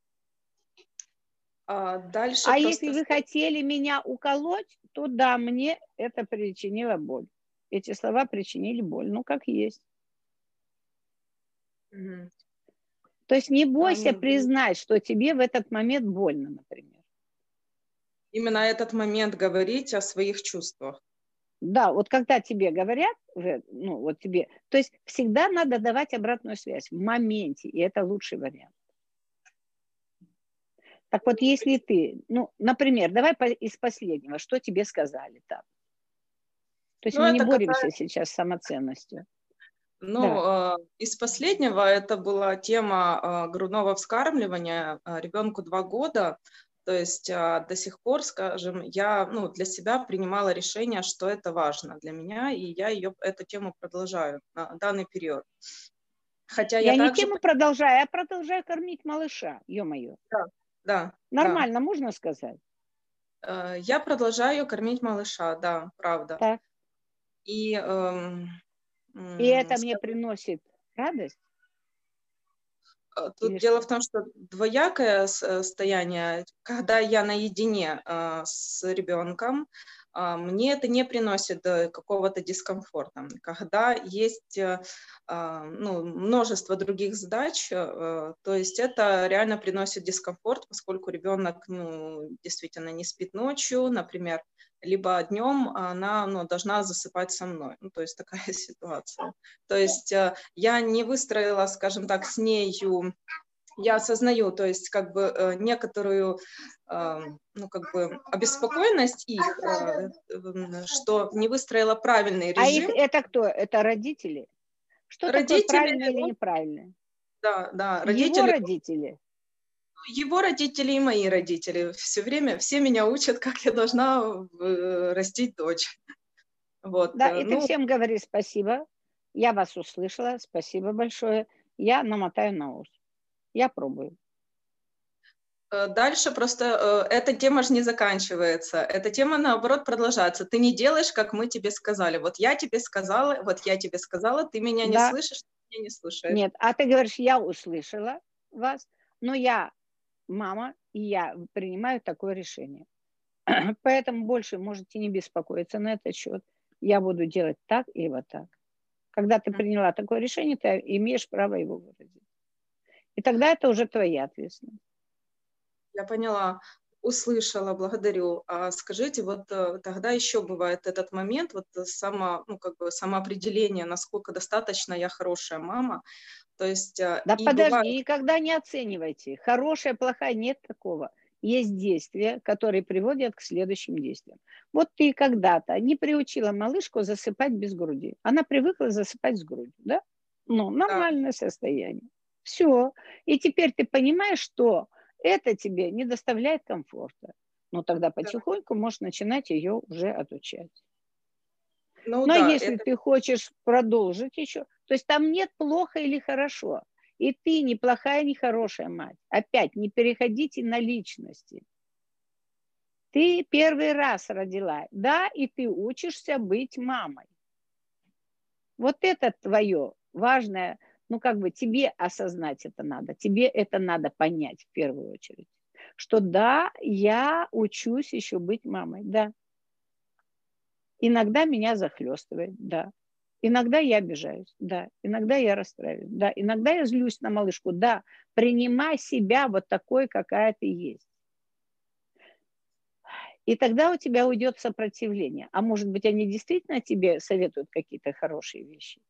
Дальше А просто... если вы хотели меня уколоть, то да, мне это причинило боль. Эти слова причинили боль, ну как есть. Мгм. То есть не бойся Ам, признать, что тебе в этот момент больно, например. Именно этот момент говорить о своих чувствах. Да, вот когда тебе говорят, ну вот тебе, то есть всегда надо давать обратную связь в моменте, и это лучший вариант. Так вот, если ты, ну, например, давай из последнего, что тебе сказали там. То есть Ну, мы не это боремся сейчас с самоценностью. Ну, из последнего это была тема грудного вскармливания ребенку 2 года. То есть до сих пор, скажем, я для себя принимала решение, что это важно для меня, и я эту тему продолжаю на данный период. Хотя я Я не также... тему продолжаю, я продолжаю кормить малыша, ё-моё. Да. Нормально, можно сказать? Я продолжаю кормить малыша, да, правда. Так. И это мне приносит радость? Тут дело в том, что двоякое состояние, когда я наедине с ребенком, мне это не приносит какого-то дискомфорта. Когда есть множество других задач, то есть это реально приносит дискомфорт, поскольку ребенок действительно не спит ночью, например, либо днем она должна засыпать со мной. То есть такая ситуация. То есть я не выстроила, скажем так, с нею, я осознаю, то есть как бы некоторую, обеспокоенность их, что не выстроила правильный режим. А их это кто? Это родители? Что такое правильно или неправильно? Да, родители. Его родители? Его родители и мои родители. Все время все меня учат, как я должна растить дочь. Вот. Да, и ты всем говори спасибо. Я вас услышала, спасибо большое. Я намотаю на ус. Я пробую. Дальше просто эта тема же не заканчивается. Эта тема, наоборот, продолжается. Ты не делаешь, как мы тебе сказали. Вот я тебе сказала, ты меня не слышишь, ты меня не слушаешь. Нет, а ты говоришь, я услышала вас, но я мама, и я принимаю такое решение. Поэтому больше можете не беспокоиться на этот счет. Я буду делать так и вот так. Когда ты приняла такое решение, ты имеешь право его выразить. И тогда это уже твоя ответственность. Я поняла, услышала, благодарю. А скажите, вот тогда еще бывает этот момент, вот самоопределение, насколько достаточно я хорошая мама. То есть, да подожди, никогда не оценивайте. Хорошая, плохая, нет такого. Есть действия, которые приводят к следующим действиям. Вот ты когда-то не приучила малышку засыпать без груди. Она привыкла засыпать с грудью, да? Ну, нормальное состояние. Все. И теперь ты понимаешь, что это тебе не доставляет комфорта. Ну, тогда потихоньку можешь начинать ее уже отучать. Но если ты хочешь продолжить еще, то есть там нет плохо или хорошо. И ты не плохая, не хорошая мать. Опять, не переходите на личности. Ты первый раз родила, да, и ты учишься быть мамой. Вот это твое важное, тебе осознать это надо, тебе это надо понять в первую очередь. Что да, я учусь еще быть мамой, да. Иногда меня захлестывает, да. Иногда я обижаюсь, да. Иногда я расстраиваюсь, да. Иногда я злюсь на малышку, да. Принимай себя вот такой, какая ты есть. И тогда у тебя уйдет сопротивление. А может быть, они действительно тебе советуют какие-то хорошие вещи?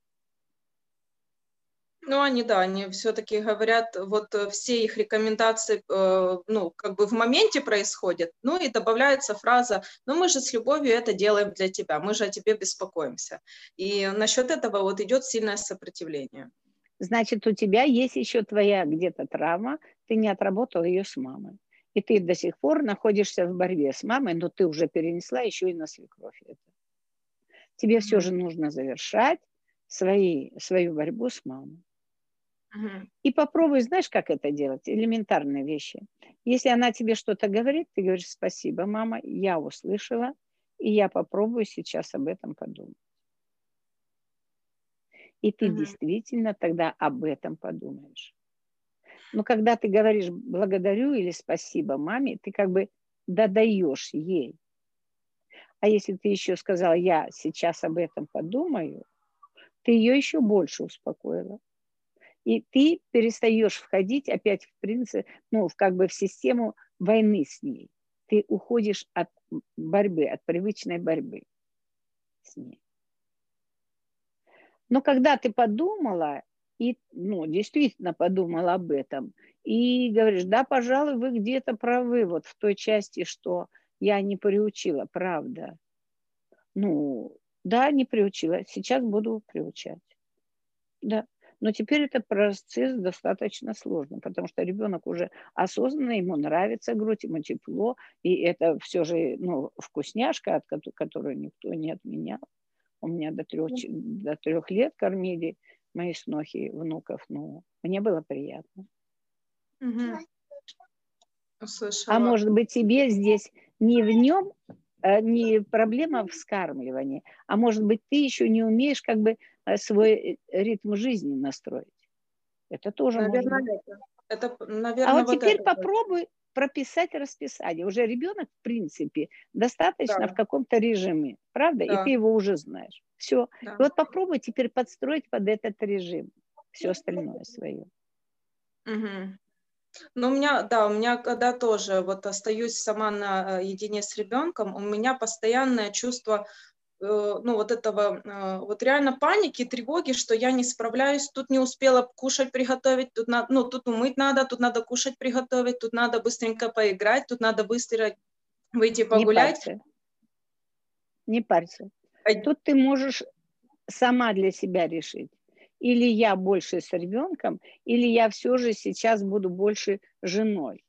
Они все-таки говорят, вот все их рекомендации, в моменте происходят, и добавляется фраза, мы же с любовью это делаем для тебя, мы же о тебе беспокоимся. И насчет этого вот идет сильное сопротивление. Значит, у тебя есть еще твоя где-то травма, ты не отработал ее с мамой. И ты до сих пор находишься в борьбе с мамой, но ты уже перенесла еще и на свекровь это. Тебе все же нужно завершать свою борьбу с мамой. И попробуй, знаешь, как это делать? Элементарные вещи. Если она тебе что-то говорит, ты говоришь: спасибо, мама, я услышала, и я попробую сейчас об этом подумать. И ты действительно тогда об этом подумаешь. Но когда ты говоришь благодарю или спасибо маме, ты как бы додаешь ей. А если ты еще сказала, я сейчас об этом подумаю, ты ее еще больше успокоила. И ты перестаешь входить опять в принцип, ну, как бы в систему войны с ней. Ты уходишь от борьбы, от привычной борьбы с ней. Но когда ты подумала, и, ну, действительно подумала об этом, и говоришь, да, пожалуй, вы где-то правы, вот в той части, что я не приучила, правда. Ну, да, не приучила, сейчас буду приучать. Да. Но теперь это процесс достаточно сложный, потому что ребенок уже осознанно, ему нравится грудь, ему тепло, и это все же, ну, вкусняшка, которую никто не отменял. У меня до 3 лет кормили мои снохи внуков, ну, мне было приятно. Услышала. А может быть, тебе здесь не в нем, не проблема в вскармливании, а может быть, ты еще не умеешь как бы свой ритм жизни настроить. Это тоже Наверное, может быть. это, А наверное, вот вот теперь это. попробуй прописать расписание. Уже ребенок, в принципе, достаточно в каком-то режиме, правда? И ты его уже знаешь. Все. Да. И вот попробуй теперь подстроить под этот режим все остальное свое. Ну, у меня когда тоже вот остаюсь сама наедине с ребенком, у меня постоянное чувство, ну, вот этого, вот реально паники, тревоги, что я не справляюсь, тут не успела кушать приготовить, тут надо, ну, тут умыть надо, тут надо кушать приготовить, тут надо быстренько поиграть, тут надо быстро выйти погулять. Не парься. Тут ты можешь сама для себя решить. Или я больше с ребенком, или я все же сейчас буду больше женой.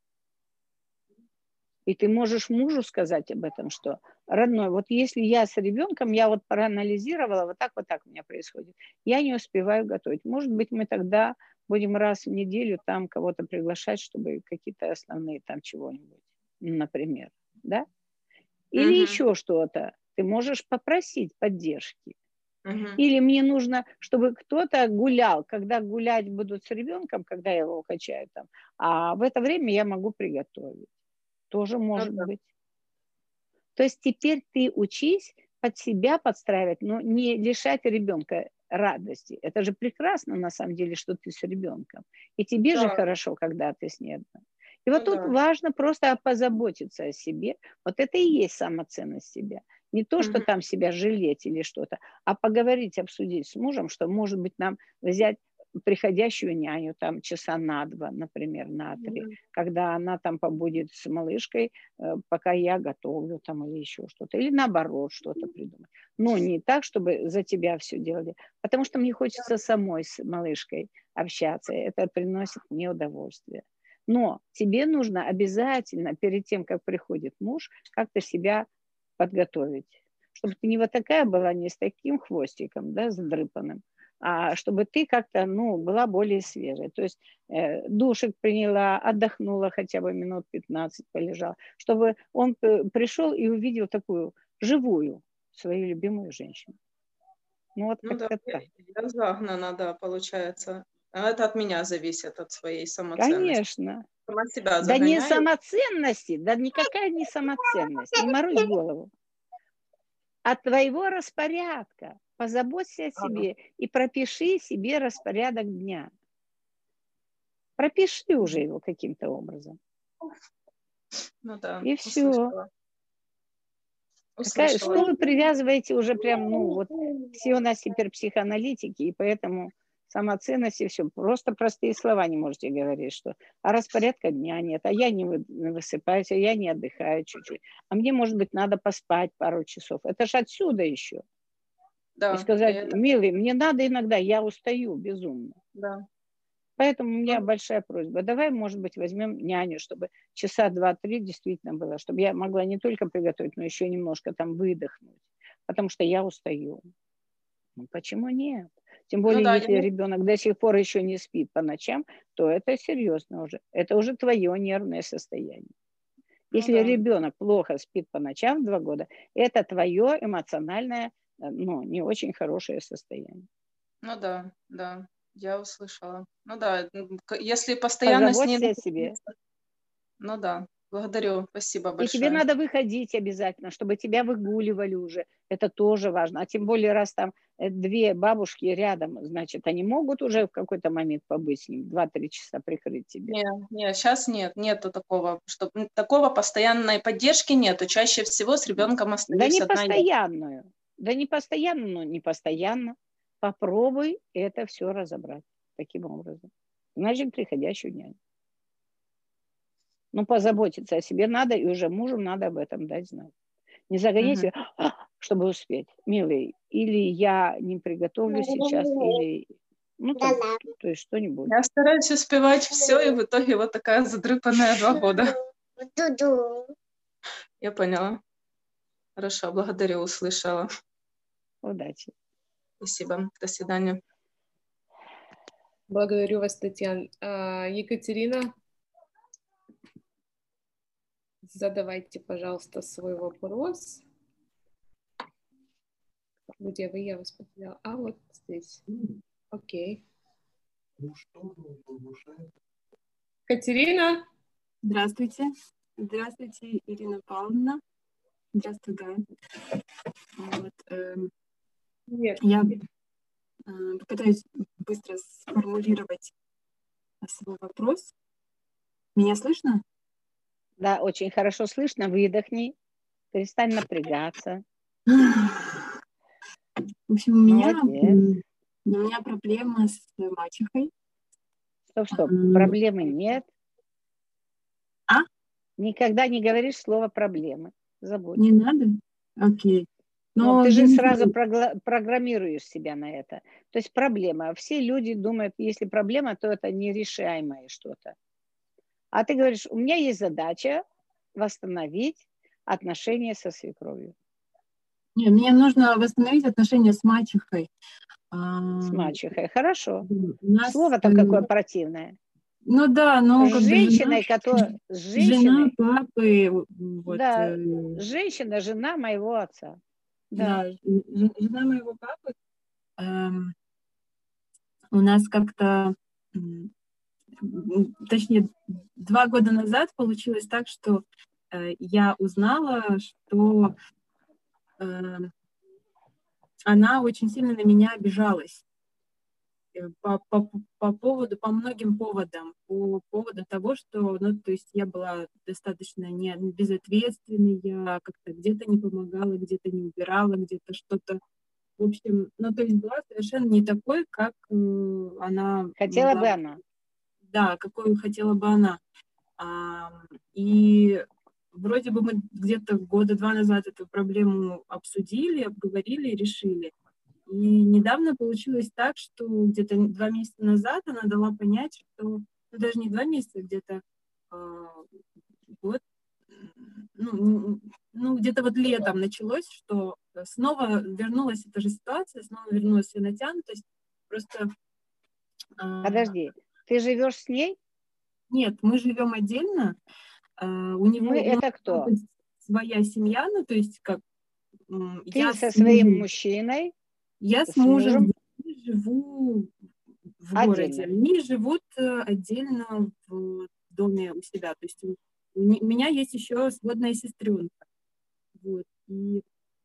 И ты можешь мужу сказать об этом, что, родной, вот если я с ребенком, я вот проанализировала, вот так у меня происходит, я не успеваю готовить. Может быть, мы тогда будем раз в неделю там кого-то приглашать, чтобы какие-то основные там чего-нибудь, например, да? Или еще что-то. Ты можешь попросить поддержки. Или мне нужно, чтобы кто-то гулял, когда гулять будут с ребенком, когда я его качаю там, а в это время я могу приготовить. Тоже может быть. То есть теперь ты учись под себя подстраивать, но не лишать ребенка радости. Это же прекрасно на самом деле, что ты с ребенком. И тебе же хорошо, когда ты с ней одна. И вот тут важно просто позаботиться о себе. Вот это и есть самоценность себя. Не то, что там себя жалеть или что-то, а поговорить, обсудить с мужем, что, может быть, нам взять приходящую няню там часа на 2, например, на 3, когда она там побудет с малышкой, пока я готовлю там или еще что-то. Или наоборот что-то придумать. Но не так, чтобы за тебя все делали. Потому что мне хочется самой с малышкой общаться. Это приносит мне удовольствие. Но тебе нужно обязательно перед тем, как приходит муж, как-то себя подготовить. Чтобы ты не вот такая была, не с таким хвостиком, да, задрыпанным, а чтобы ты как-то, ну, была более свежей. То есть душик приняла, отдохнула хотя бы минут 15, полежала. Чтобы он пришел и увидел такую живую свою любимую женщину. Ну, вот Ну да, как-то так. я загнана, да, получается. А это от меня зависит, от своей самоценности. Конечно. Сама себя Да не загоняю. самоценности, да никакая не самоценность. Не морочь голову. От твоего распорядка. Позаботься о себе и пропиши себе распорядок дня. Пропиши уже его каким-то образом. Ну да, И все. Что вы привязываете уже прям, ну вот, все у нас теперь психоаналитики, и поэтому самоценность и все. Просто простые слова не можете говорить, что а распорядка дня нет, а я не высыпаюсь, а я не отдыхаю чуть-чуть. А мне, может быть, надо поспать пару часов. Это же отсюда еще. Да, и сказать, милый, мне надо иногда, я устаю безумно. Да. Поэтому у меня большая просьба. Давай, может быть, возьмем няню, чтобы часа 2-3 действительно было, чтобы я могла не только приготовить, но еще немножко там выдохнуть, потому что я устаю. Ну, почему нет? Тем более, да, если ребенок до сих пор еще не спит по ночам, то это серьезно уже. Это уже твое нервное состояние. Если да. ребенок плохо спит по ночам в 2 года, это твое эмоциональное, ну, не очень хорошее состояние. Ну да, да, я услышала. Ну да, если постоянно с ней Позаботься о себе. находиться, ну да, благодарю, спасибо И тебе большое. надо выходить обязательно, чтобы тебя выгуливали уже. Это тоже важно. А тем более, раз там 2 бабушки рядом, значит, они могут уже в какой-то момент побыть с ним, 2-3 часа прикрыть тебе. Нет, сейчас нету такого, чтобы такого постоянной поддержки нету. Чаще всего с ребенком Да остаюсь не одна я. постоянную. Да не постоянно, но не постоянно. Попробуй это все разобрать таким образом. Значит, приходящую няню. Ну, позаботиться о себе надо, и уже мужу надо об этом дать знать. Не загоняй Мгм. себя, чтобы успеть, милый. Или я не приготовлю сейчас, или... Ну, там, то есть что-нибудь. Я стараюсь успевать все, и в итоге вот такая задрыпанная 2 года. Я поняла. Хорошо, благодарю, услышала. Удачи. Спасибо. До свидания. Благодарю вас, Татьяна. Екатерина, задавайте, пожалуйста, свой вопрос. Где вы? Я вас потеряла. А, вот здесь. Окей. Катерина? Здравствуйте. Здравствуйте, Ирина Павловна. Здравствуй, Гая. Вот, Нет. я попытаюсь быстро сформулировать свой вопрос. Меня слышно? Да, очень хорошо слышно. Выдохни. Перестань напрягаться. В общем, у меня проблема с мачехой. Стоп. Проблемы нет. А? Никогда не говоришь слово проблемы. Забудь. Не надо? Окей. Но ты же сразу программируешь себя на это. То есть проблема. Все люди думают, если проблема, то это нерешаемое что-то. А ты говоришь, у меня есть задача восстановить отношения со свекровью. Не, мне нужно восстановить отношения с мачехой. С мачехой. Хорошо. Нас, Слово-то какое противное. Ну да, но с женщиной, которая... Жена папы. Вот, да, женщина, жена моего отца. Да, жена моего папы. У нас как-то, точнее, 2 года назад получилось так, что я узнала, что она очень сильно на меня обижалась по многим поводам. По поводу того, что, ну, то есть я была достаточно безответственной, я как-то где-то не помогала, где-то не убирала, где-то что-то. В общем, ну, то есть была совершенно не такой, как она... Хотела бы она. Да, какой хотела бы она. И вроде бы мы где-то 2 года назад эту проблему обсудили, обговорили и решили. И недавно получилось так, что где-то 2 месяца назад она дала понять, что, ну, даже не 2 месяца, где-то год, ну, где-то вот летом началось, что снова вернулась эта же ситуация, снова вернулась ее натянутость. Просто... Подожди, ты живешь с ней? Нет, мы живем отдельно. У него это кто? Своя семья, ну, то есть как... Ты я со своим мужчиной? Я с мужем живу в городе. Они живут отдельно в доме у себя. То есть у меня есть еще сводная сестренка. Вот. И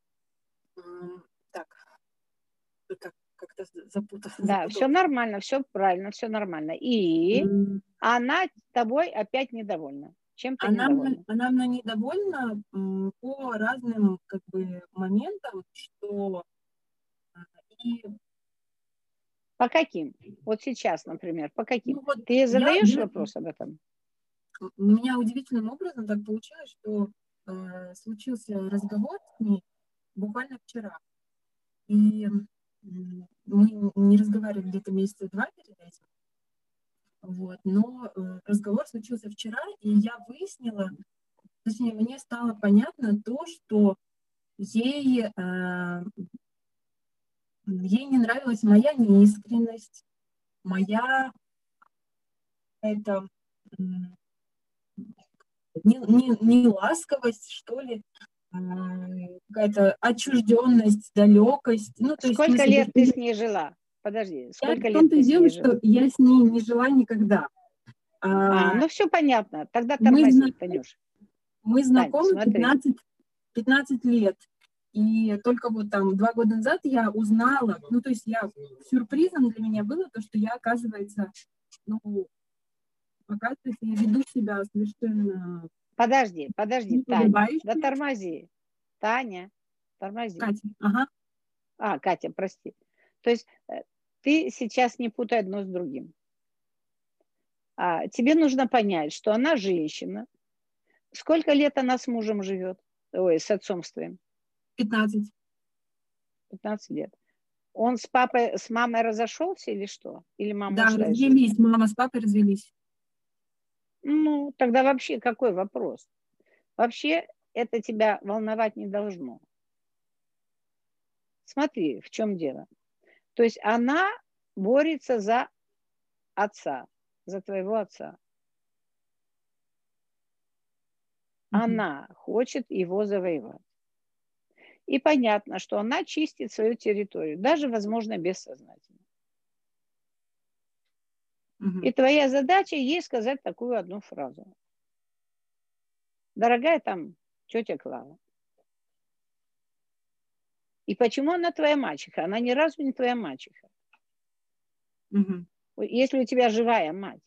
так, как-то запуталась. Да, все нормально, все правильно, все нормально. И она тобой опять недовольна. Чем ты недовольна? Она мной недовольна по разным как бы моментам, что... И... По каким? Вот сейчас, например, по каким? Ну, вот ты задаешь вопрос об этом? У меня удивительным образом так получилось, что случился разговор с ней буквально вчера. И мы не разговаривали где-то месяца 2 перед этим. Вот. Но разговор случился вчера, и я выяснила, точнее, мне стало понятно то, что ей не нравилась моя неискренность, моя это не ласковость, что ли, какая-то отчужденность, далекость. Ну, то есть Сколько смысл, лет ты с ней жила? Подожди, я сколько в лет том-то ты и с дело, ней жила? что я с ней не жила никогда. Ну все понятно. Тогда Мы, тормози, Танюш. мы Тань, знакомы смотри. 15 лет. И только вот там 2 года назад я узнала, ну, то есть сюрпризом для меня было то, что я, оказывается, я веду себя совершенно Подожди, Таня. неподобающе. Да тормози. Таня, тормози. Катя, ага. Катя, прости. То есть ты сейчас не путай одно с другим. Тебе нужно понять, что она женщина. Сколько лет она с мужем живет? Ой, с отцом с твоим? 15. 15 лет. Он с папой, с мамой разошелся или что? Или мама Да, ушла из развелись. жизни? Мама с папой развелись. Ну, тогда вообще какой вопрос? Вообще это тебя волновать не должно. Смотри, в чем дело. То есть она борется за отца, за твоего отца. Она хочет его завоевать. И понятно, что она чистит свою территорию, даже, возможно, бессознательно. И твоя задача ей сказать такую одну фразу. Дорогая там тетя Клава. И почему она твоя мачеха? Она ни разу не твоя мачеха. Если у тебя живая мать,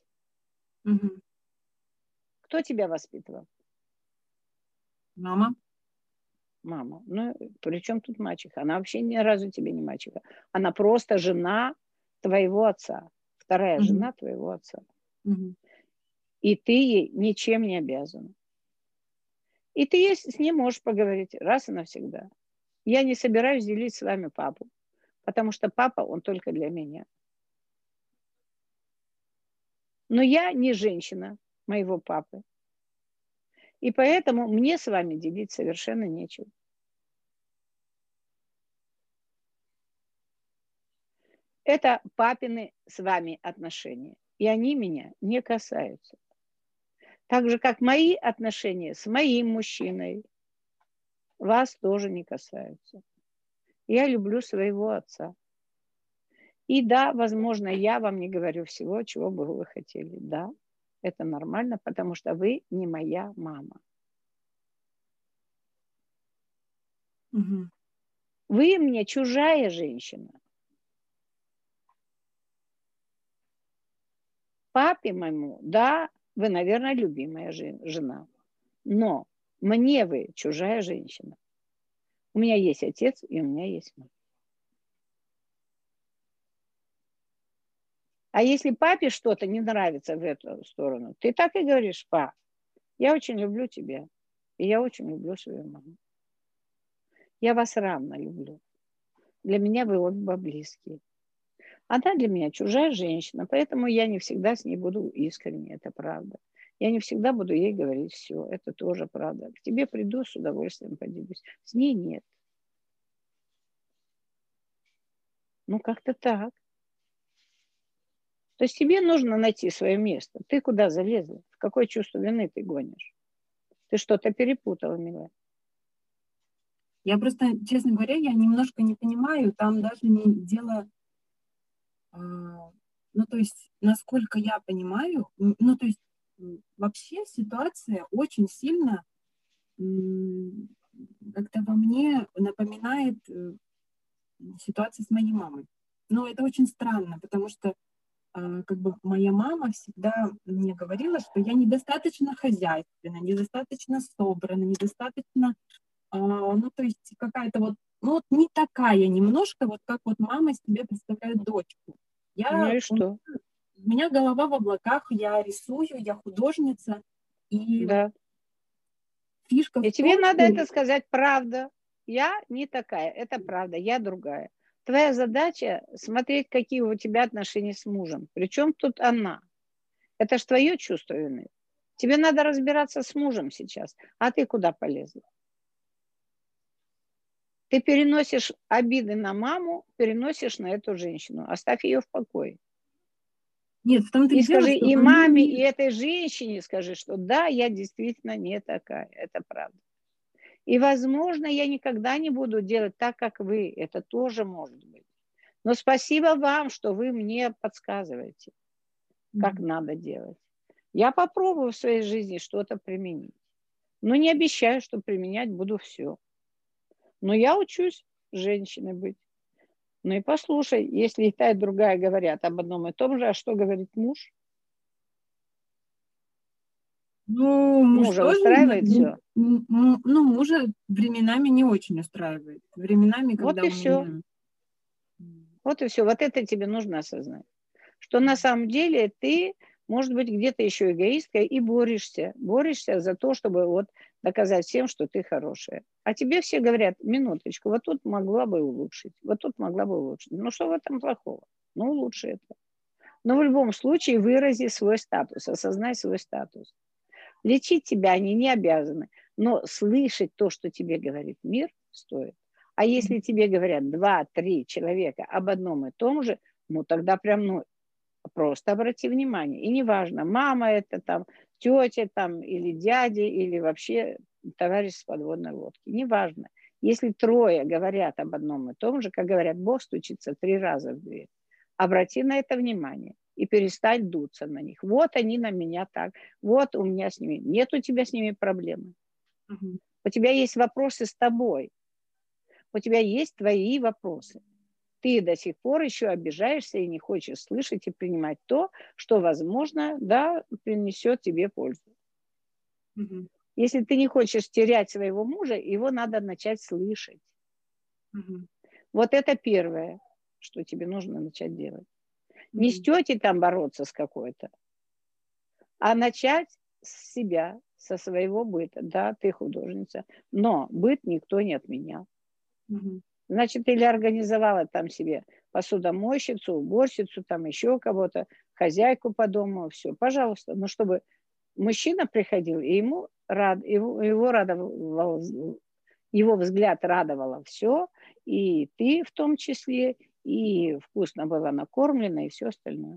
кто тебя воспитывал? Мама. Мама. Ну, при чем тут мачеха? Она вообще ни разу тебе не мачеха. Она просто жена твоего отца. Вторая жена твоего отца. И ты ей ничем не обязана. И ты с ней можешь поговорить раз и навсегда. Я не собираюсь делить с вами папу, потому что папа, он только для меня. Но я не женщина моего папы. И поэтому мне с вами делить совершенно нечего. Это папины с вами отношения. И они меня не касаются. Так же, как мои отношения с моим мужчиной вас тоже не касаются. Я люблю своего отца. И да, возможно, я вам не говорю всего, чего бы вы хотели. Да, это нормально, потому что вы не моя мама. Вы мне чужая женщина. Папе моему, да, вы, наверное, любимая жена. Но мне вы чужая женщина. У меня есть отец, и у меня есть мать. А если папе что-то не нравится в эту сторону, ты так и говоришь: пап, я очень люблю тебя, и я очень люблю свою маму. Я вас равно люблю. Для меня вы оба близкие. Она для меня чужая женщина, поэтому я не всегда с ней буду искренне, это правда. Я не всегда буду ей говорить все, это тоже правда. К тебе приду, с удовольствием поделюсь. С ней нет. Ну, как-то так. То есть тебе нужно найти свое место. Ты куда залезла? В какое чувство вины ты гонишь? Ты что-то перепутала, милая. Я просто, честно говоря, я немножко не понимаю, там даже не дело, ну, то есть, насколько я понимаю, ну, то есть, вообще ситуация очень сильно как-то во мне напоминает ситуацию с моей мамой. Но это очень странно, потому что как бы моя мама всегда мне говорила, что я недостаточно хозяйственна, недостаточно собрана, недостаточно, ну, то есть какая-то вот, ну, вот не такая немножко, вот как вот мама себе представляет дочку. Ну и что? У меня голова в облаках, я рисую, я художница, и да. Фишка и в тебе том, надо что... это сказать: правда. Я не такая, это правда, я другая. Твоя задача смотреть, какие у тебя отношения с мужем. Причем тут она. Это ж твое чувство вины. Тебе надо разбираться с мужем сейчас. А ты куда полезла? Ты переносишь обиды на маму, переносишь на эту женщину. Оставь ее в покое. Нет, в том-то И и дело, скажи что и она маме, не... и этой женщине скажи, что да, я действительно не такая, это правда. И, возможно, я никогда не буду делать так, как вы, это тоже может быть. Но спасибо вам, что вы мне подсказываете, как надо делать. Я попробую в своей жизни что-то применить. Но не обещаю, что применять буду все. Но я учусь женщиной быть. Ну и послушай, если и та, и другая говорят об одном и том же, а что говорит муж? Ну, муж Мужа тоже, устраивает все? ну, мужа временами не очень устраивает. Временами, Вот когда и у все. меня... Вот и все. Вот это тебе нужно осознать. Что на самом деле ты, может быть, где-то еще эгоистка и борешься. Борешься за то, чтобы вот доказать всем, что ты хорошая. А тебе все говорят, минуточку, вот тут могла бы улучшить, вот тут могла бы улучшить. Ну что в этом плохого? Ну улучши это. Но в любом случае вырази свой статус, осознай свой статус. Лечить тебя они не обязаны, но слышать то, что тебе говорит мир, стоит. А если тебе говорят 2-3 человека об одном и том же, ну тогда прям, ну, просто обрати внимание. И неважно, мама это там, тетя там, или дядя, или вообще товарищ с подводной лодки. Неважно. Если 3 говорят об одном и том же, как говорят, Бог стучится 3 раза в дверь, обрати на это внимание и перестань дуться на них. Вот они на меня так, вот у меня с ними. Нет у тебя с ними проблемы. У тебя есть вопросы с тобой. У тебя есть твои вопросы. Ты до сих пор еще обижаешься и не хочешь слышать и принимать то, что, возможно, да, принесет тебе пользу. Если ты не хочешь терять своего мужа, его надо начать слышать. Вот это первое, что тебе нужно начать делать. Не с тетей там бороться с какой-то, а начать с себя, со своего быта. Да, ты художница, но быт никто не отменял. Значит, или организовала там себе посудомойщицу, уборщицу, там еще кого-то, хозяйку по дому, все, пожалуйста. Но чтобы мужчина приходил, и ему его радовал, его взгляд радовало все, и ты в том числе, и вкусно было накормлено, и все остальное.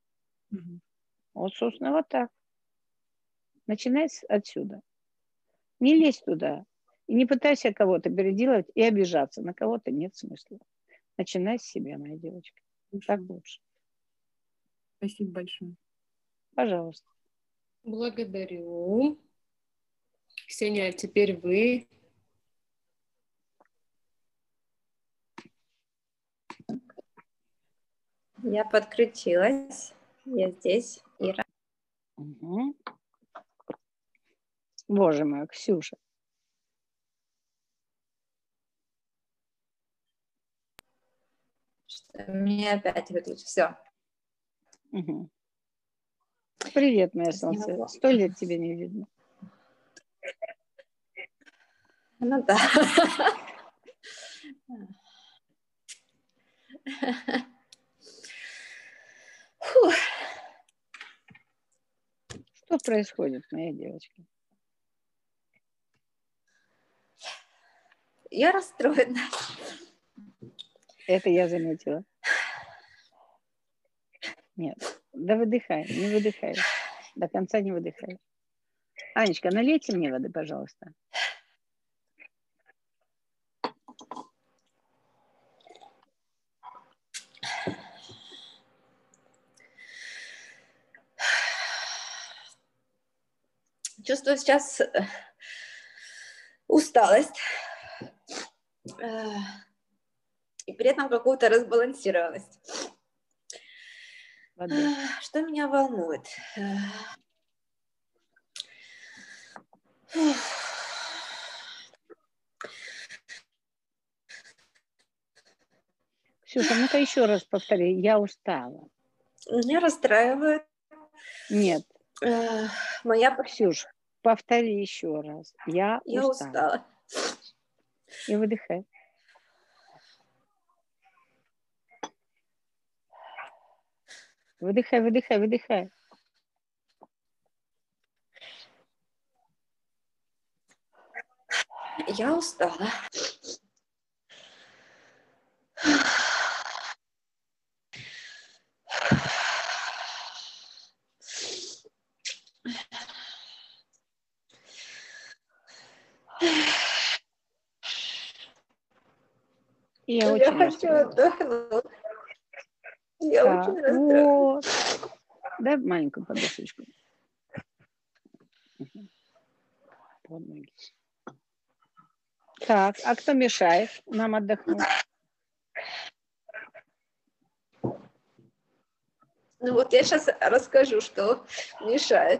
Вот, собственно, вот так. Начинай отсюда. Не лезь туда. И не пытайся кого-то переделать и обижаться. На кого-то нет смысла. Начинай с себя, моя девочка. Так лучше. Спасибо большое. Пожалуйста. Благодарю. Ксения, а теперь вы. Я подключилась. Я здесь, Ира. Угу. Боже мой, Ксюша. Мне опять выключить. Все. Угу. Привет, моя солнце. 100 лет тебя не видно. Ну да. Фух. Что происходит, моя девочка? Я расстроена. Это я заметила. Нет, да выдыхай, не выдыхай. До конца не выдыхай. Анечка, налейте мне воды, пожалуйста. Чувствую сейчас усталость и при этом какую-то разбалансированность. Воды. Что меня волнует? Ксюша, ну-ка еще раз повтори. Я устала. Меня расстраивает. Нет. Моя... Ксюш, повтори еще раз. Я устала. И выдыхай. Выдыхай, выдыхай, выдыхай. Я устала. И я Ну, очень я хочу расстроилась. отдохнуть. Я Так, очень расстроилась. вот. Дай маленькую подушечку. Мгм. Под ноги. Так, а кто мешает нам отдохнуть? Ну вот я сейчас расскажу, что мешает.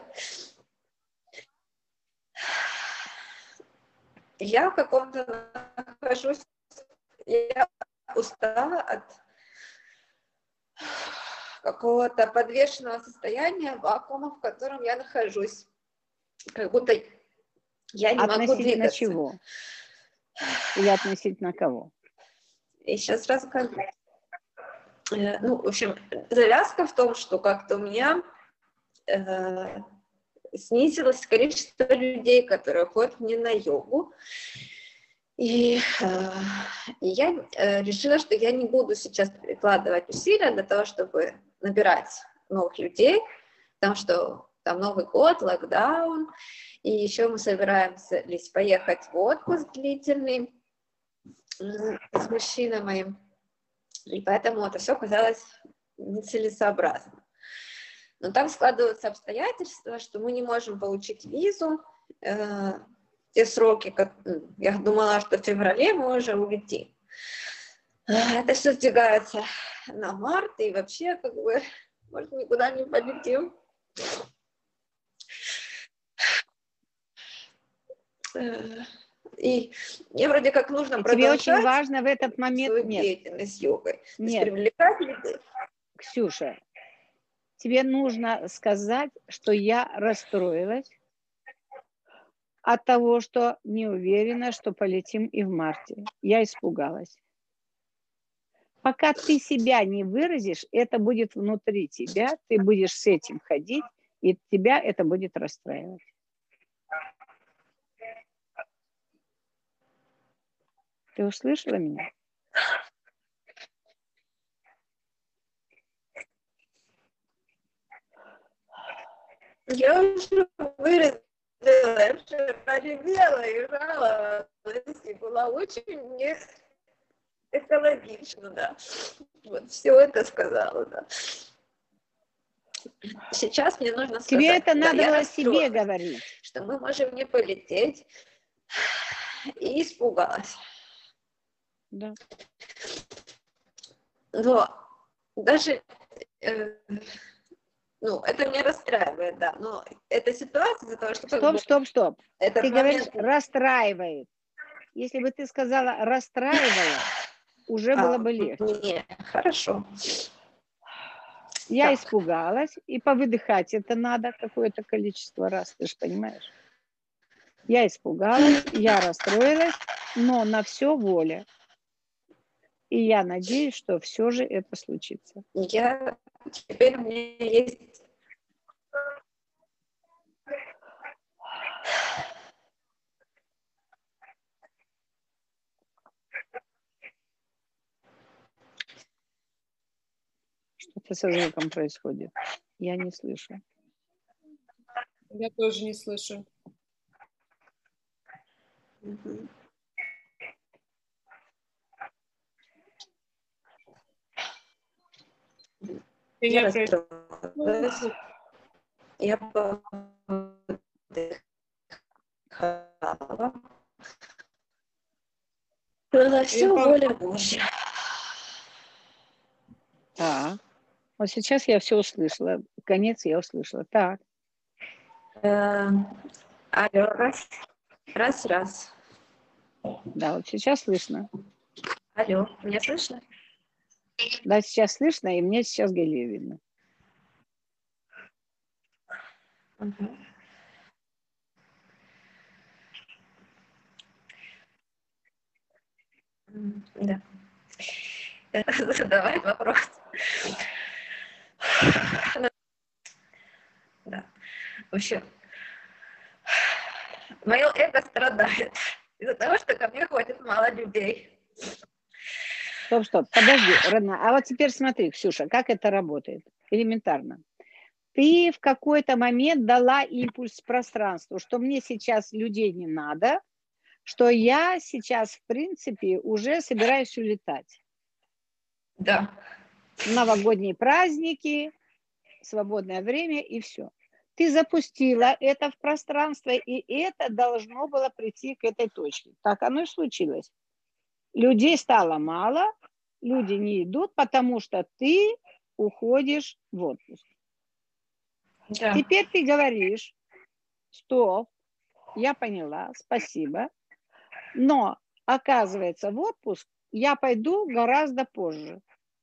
Я в каком-то нахожусь, я устала от какого-то подвешенного состояния, вакуума, в котором я нахожусь. Как будто я не могу Относительно двигаться. чего? Или относительно кого? И сейчас расскажу. Ну, в общем, завязка в том, что как-то у меня снизилось количество людей, которые ходят мне на йогу. И я решила, что я не буду сейчас прикладывать усилия для того, чтобы набирать новых людей, потому что там Новый год, локдаун, и еще мы собираемся поехать в отпуск длительный с мужчиной моим, и поэтому это все казалось нецелесообразным. Но там складываются обстоятельства, что мы не можем получить визу, те сроки, как я думала, что в феврале мы уже улетим. Это все сдвигается на март, и вообще, как бы, может, никуда не полетим. И мне вроде как нужно Тебе продолжать очень важно в этот момент... свою Нет, деятельность йогой. То есть нет, привлекать людей. Ксюша, тебе нужно сказать, что я расстроилась от того, что не уверена, что полетим и в марте. Я испугалась. Пока ты себя не выразишь, это будет внутри тебя, ты будешь с этим ходить, и тебя это будет расстраивать. Ты услышала меня? Я уже выразила, я вчера ревела и жаловалась, и была очень мне экологично, да. Вот все это сказала, да. Сейчас мне нужно сказать, Тебе это да, надо я было себе расстроилась, говорить. что мы можем не полететь, и испугалась. Да. Но даже, ну, это меня расстраивает, да, но эта ситуация из-за того, что... Стоп. Этот Ты говоришь, момент... расстраивает. Если бы ты сказала расстраивала, уже было бы легче. Не, хорошо. Я Так. испугалась, и повыдыхать это надо какое-то количество раз, ты же понимаешь. Я испугалась, я расстроилась, но на все воля. И я надеюсь, что все же это случится. Теперь у меня есть... Что-то со звуком происходит. Я не слышу. Я тоже не слышу. Я расстроилась. Я подыхала. Было все воля Божья. Так. Вот сейчас я все услышала. Конец я услышала. Так. Алло, раз. Да, вот сейчас слышно. Алло, меня слышно? Да, сейчас слышно, и мне сейчас Галию видно. Угу. Да. Задавай вопрос. Да. В общем, мое эго страдает из-за того, что ко мне ходит мало людей. Стоп. Подожди, родная. А вот теперь смотри, Ксюша, как это работает. Элементарно. Ты в какой-то момент дала импульс пространству, что мне сейчас людей не надо, что я сейчас, в принципе, уже собираюсь улетать. Да. Новогодние праздники, свободное время и все. Ты запустила это в пространство, и это должно было прийти к этой точке. Так оно и случилось. Людей стало мало, люди не идут, потому что ты уходишь в отпуск. Да. Теперь ты говоришь, стоп, я поняла, спасибо, но оказывается в отпуск я пойду гораздо позже.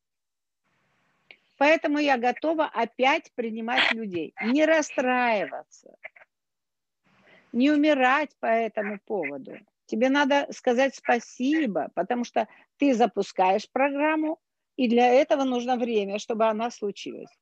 Поэтому я готова опять принимать людей. Не расстраиваться, не умирать по этому поводу. Тебе надо сказать спасибо, потому что ты запускаешь программу, и для этого нужно время, чтобы она случилась.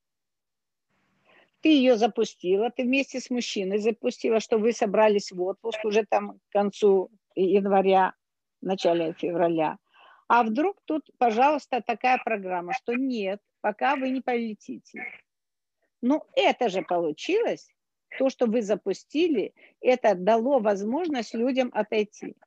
Ты ее запустила, ты вместе с мужчиной запустила, что вы собрались в отпуск уже там к концу января, начале февраля. А вдруг тут, пожалуйста, такая программа, что нет, пока вы не полетите. Ну, это же получилось. То, что вы запустили, это дало возможность людям отойти.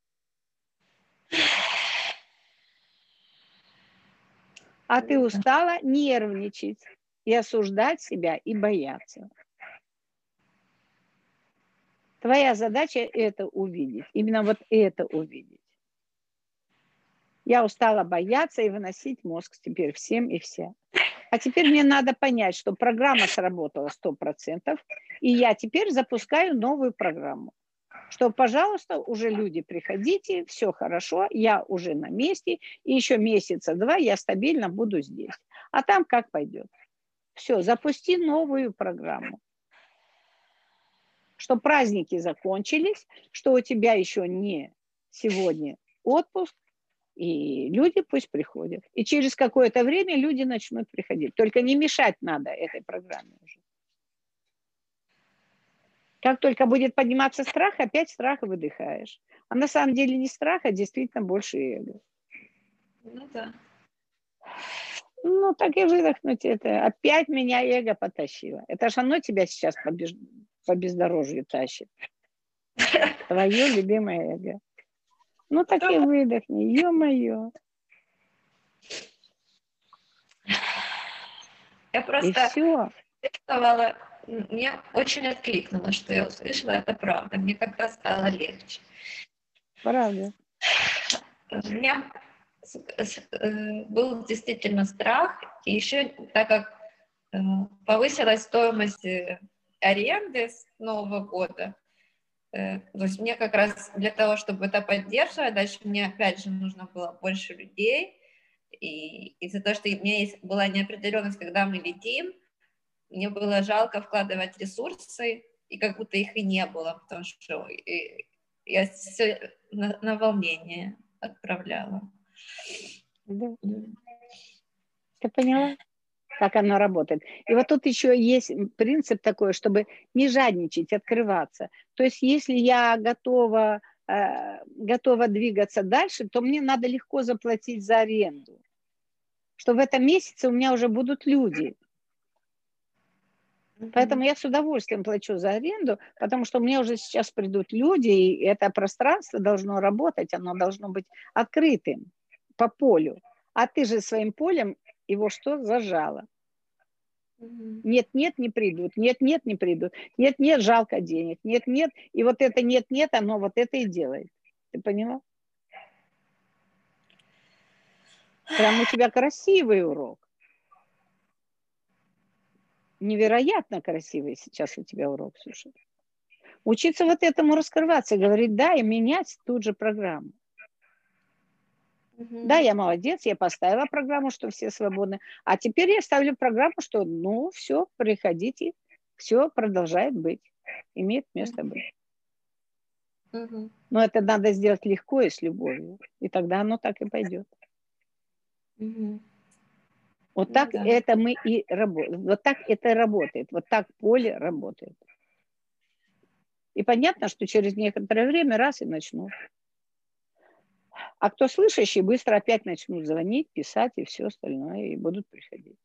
А ты устала нервничать и осуждать себя и бояться. Твоя задача это увидеть, именно вот это увидеть. Я устала бояться и выносить мозг теперь всем и вся. А теперь мне надо понять, что программа сработала 100%, и я теперь запускаю новую программу. Что, пожалуйста, уже люди, приходите, все хорошо, я уже на месте, и еще месяца 2 я стабильно буду здесь. А там как пойдет. Все, запусти новую программу. Что праздники закончились, что у тебя еще не сегодня отпуск, и люди пусть приходят. И через какое-то время люди начнут приходить. Только не мешать надо этой программе уже. Как только будет подниматься страх, опять страх выдыхаешь. А на самом деле не страх, а действительно больше эго. Ну да. Ну, так и выдохнуть это. Опять меня эго потащило. Это же оно тебя сейчас по бездорожью тащит. Твое любимое эго. Ну, так и выдохни. Ё-моё. Я просто И все. чувствовала, мне очень откликнулось, что я услышала, это правда. Мне как-то стало легче. Правда. У меня был действительно страх, и еще так как повысилась стоимость аренды с Нового года, то есть мне как раз для того, чтобы это поддерживать, дальше мне опять же нужно было больше людей, и из-за того, что у меня была неопределенность, когда мы летим, мне было жалко вкладывать ресурсы, и как будто их и не было, потому что я все на волнение отправляла. Да. Ты поняла, как оно работает? И вот тут еще есть принцип такой, чтобы не жадничать, открываться. То есть если я готова двигаться дальше, то мне надо легко заплатить за аренду. Что в этом месяце у меня уже будут люди. Поэтому я с удовольствием плачу за аренду, потому что у меня уже сейчас придут люди, и это пространство должно работать, оно должно быть открытым по полю. А ты же своим полем его что? Зажала. Нет-нет, не придут, нет-нет, не придут, нет-нет, жалко денег, нет-нет, и вот это нет-нет, оно вот это и делает. Ты поняла? Прям у тебя красивый урок. Невероятно красивый сейчас у тебя урок, Ксюша. Учиться вот этому раскрываться, говорить да, и менять тут же программу. Да, я молодец, я поставила программу, что все свободны. А теперь я ставлю программу, что ну все, приходите, все продолжает быть, имеет место быть. Но это надо сделать легко и с любовью. И тогда оно так и пойдет. Вот так это мы и работаем. Вот так это работает. Вот так поле работает. И понятно, что через некоторое время раз и начнут. А кто слышащий, быстро опять начнут звонить, писать и все остальное, и будут приходить.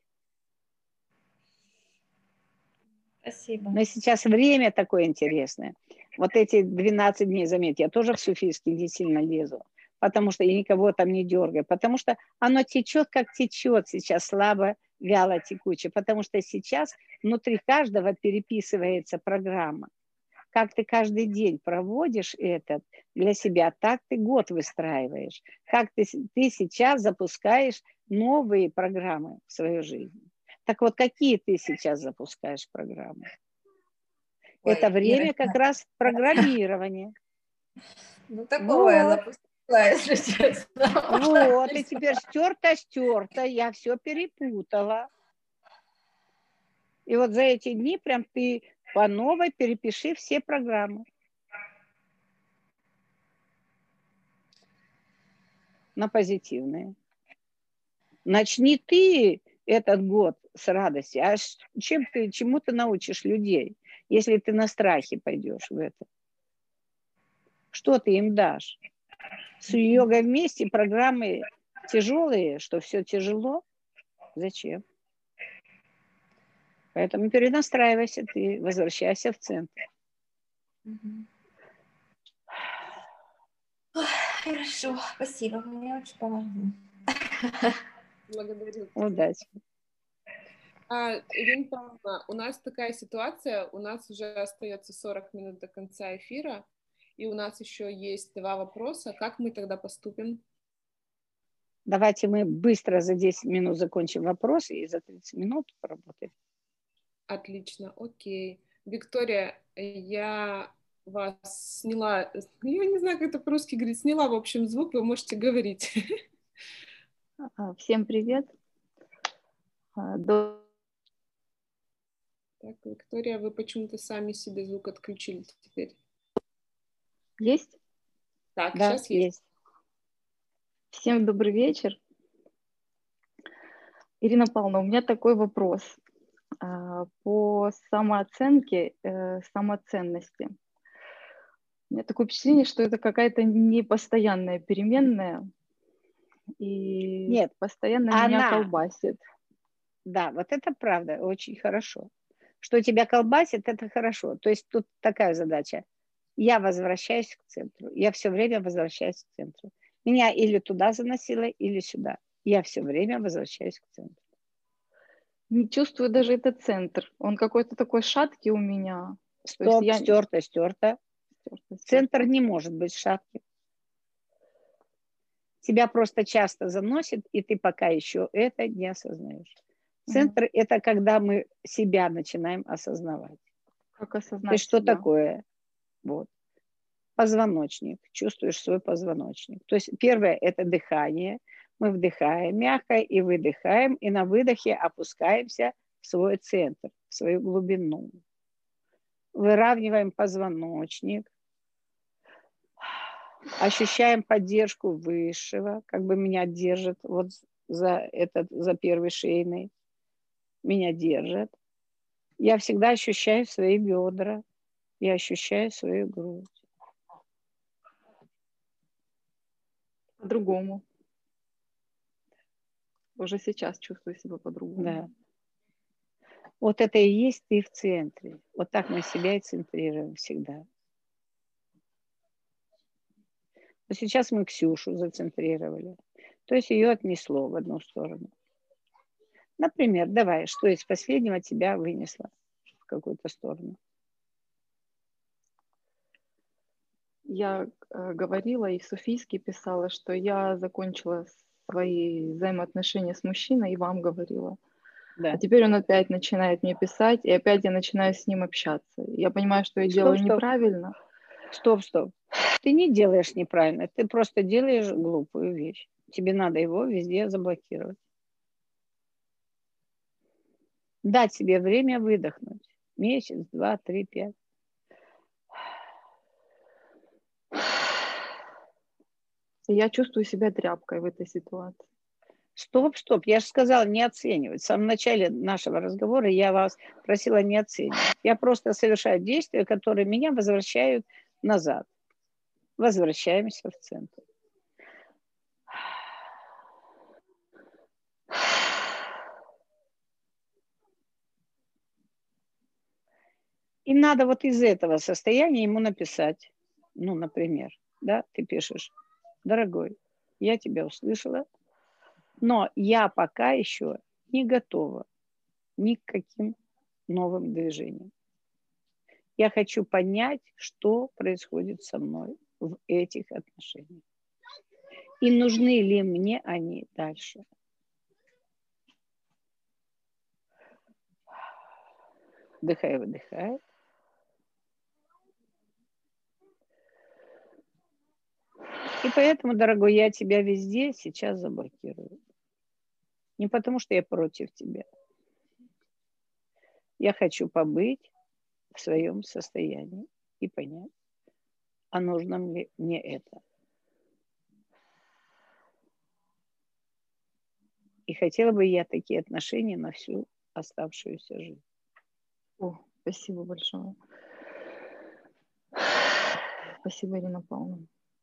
Спасибо. Но сейчас время такое интересное. Вот эти 12 дней, заметьте, я тоже в суфийский не сильно лезу, потому что я никого там не дергаю, потому что оно течет, как течет сейчас, слабо, вяло, текуче, потому что сейчас внутри каждого переписывается программа. Как ты каждый день проводишь это для себя, так ты год выстраиваешь. Как ты сейчас запускаешь новые программы в свою жизнь. Так вот, какие ты сейчас запускаешь программы? Ой, Это время Ира, как раз программирования. ну такого я Вот, запустила, если честно. вот, и теперь стерто, я все перепутала. И вот за эти дни прям ты по новой перепиши все программы. На позитивные. Начни ты этот год с радости. А чему ты научишь людей, если ты на страхе пойдешь в это? Что ты им дашь? С йогой вместе программы тяжелые, что все тяжело. Зачем? Поэтому перенастраивайся ты, возвращайся в центр. Хорошо, спасибо, вы мне очень помогли. Благодарю. Удачи. Ирина Павловна, у нас такая ситуация, у нас уже остается 40 минут до конца эфира, и у нас еще есть 2 вопроса. Как мы тогда поступим? Давайте мы быстро за 10 минут закончим вопросы и за 30 минут поработаем. Отлично, окей. Виктория, я вас сняла, я не знаю, как это по-русски говорить, сняла, в общем, звук, вы можете говорить. Всем привет. Так, Виктория, вы почему-то сами себе звук отключили теперь. Есть? Так, Да, сейчас есть. Всем добрый вечер. Ирина Павловна, у меня такой вопрос по самооценке, самоценности. У меня такое впечатление, что это какая-то непостоянная переменная, и Нет, постоянно меня она, колбасит. да, вот это правда, очень хорошо. Что тебя колбасит, это хорошо. То есть тут такая задача. Я возвращаюсь к центру. Я все время возвращаюсь к центру. Меня или туда заносило, или сюда. Я все время возвращаюсь к центру. Не чувствую даже этот центр. Он какой-то такой шаткий у меня. Стоп, я... стерто. Центр не может быть шатким. Тебя просто часто заносит, и ты пока еще это не осознаешь. Центр – это когда мы себя начинаем осознавать. Как осознать То есть что себя? такое? Вот. Позвоночник. Чувствуешь свой позвоночник. То есть первое – это дыхание. Мы вдыхаем мягко и выдыхаем, и на выдохе опускаемся в свой центр, в свою глубину. Выравниваем позвоночник. Ощущаем поддержку высшего, как бы меня держит вот за первый шейный. Меня держит. Я всегда ощущаю свои бедра. Я ощущаю свою грудь. По-другому. Уже сейчас чувствую себя по-другому. Да. Вот это и есть ты в центре. Вот так мы себя и центрируем всегда. Но сейчас мы Ксюшу зацентрировали. То есть ее отнесло в одну сторону. Например, давай, что из последнего тебя вынесло в какую-то сторону? Я говорила и Софийски писала, что я закончила свои взаимоотношения с мужчиной и вам говорила. Да. А теперь он опять начинает мне писать, и опять я начинаю с ним общаться. Я понимаю, что я делаю неправильно. Стоп. Ты не делаешь неправильно, ты просто делаешь глупую вещь. Тебе надо его везде заблокировать. Дать себе время выдохнуть. Месяц, 2, 3, 5. Я чувствую себя тряпкой в этой ситуации. Стоп. Я же сказала не оценивать. В самом начале нашего разговора я вас просила не оценивать. Я просто совершаю действия, которые меня возвращают назад. Возвращаемся в центр. И надо вот из этого состояния ему написать. Ну, например, да, ты пишешь: дорогой, я тебя услышала, но я пока еще не готова ни к каким новым движениям. Я хочу понять, что происходит со мной в этих отношениях. И нужны ли мне они дальше. Вдыхай, выдыхай. И поэтому, дорогой, я тебя везде сейчас заблокирую. Не потому, что я против тебя. Я хочу побыть в своем состоянии и понять, а нужно ли мне это. И хотела бы я такие отношения на всю оставшуюся жизнь. О, спасибо большое. Спасибо, Ирина Павловна.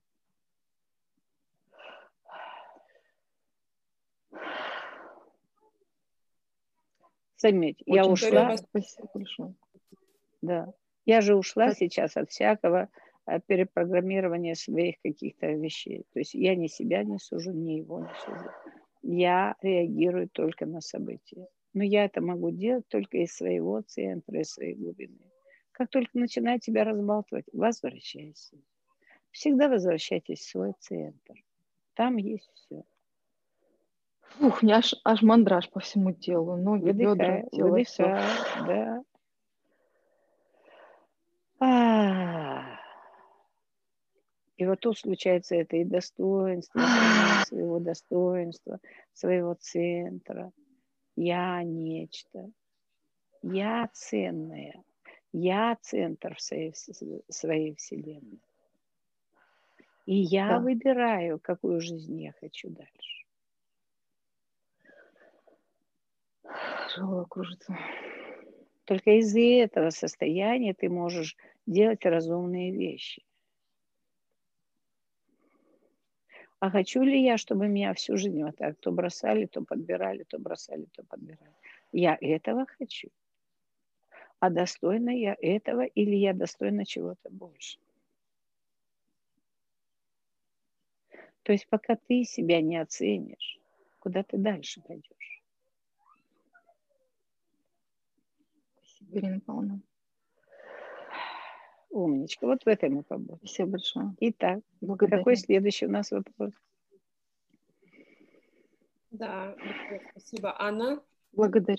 Заметь, я ушла. Спасибо большое. Да. Я же ушла сейчас от всякого перепрограммирования своих каких-то вещей. То есть я ни себя не сужу, ни его не сужу. Я реагирую только на события. Но я это могу делать только из своего центра, из своей глубины. Как только начинаю тебя разбалтывать, возвращайся. Всегда возвращайтесь в свой центр. Там есть все. Фух, у меня аж мандраж по всему телу. Ноги, бедра, тело, все. Да. И вот тут случается это и достоинство, своего достоинства, своего центра. Я нечто. Я ценная. Я центр своей вселенной. И я выбираю, какую жизнь я хочу дальше. Голова кружится. Только из этого состояния ты можешь делать разумные вещи. А хочу ли я, чтобы меня всю жизнь вот так то бросали, то подбирали, то бросали, то подбирали? Я этого хочу. А достойна я этого или я достойна чего-то больше? То есть пока ты себя не оценишь, куда ты дальше пойдешь? Спасибо, Ирина Павловна. Умничка. Вот в этом мы побудем. Спасибо большое. Итак, благодарю. Какой следующий у нас вопрос? Да, спасибо, Анна. Благодарю.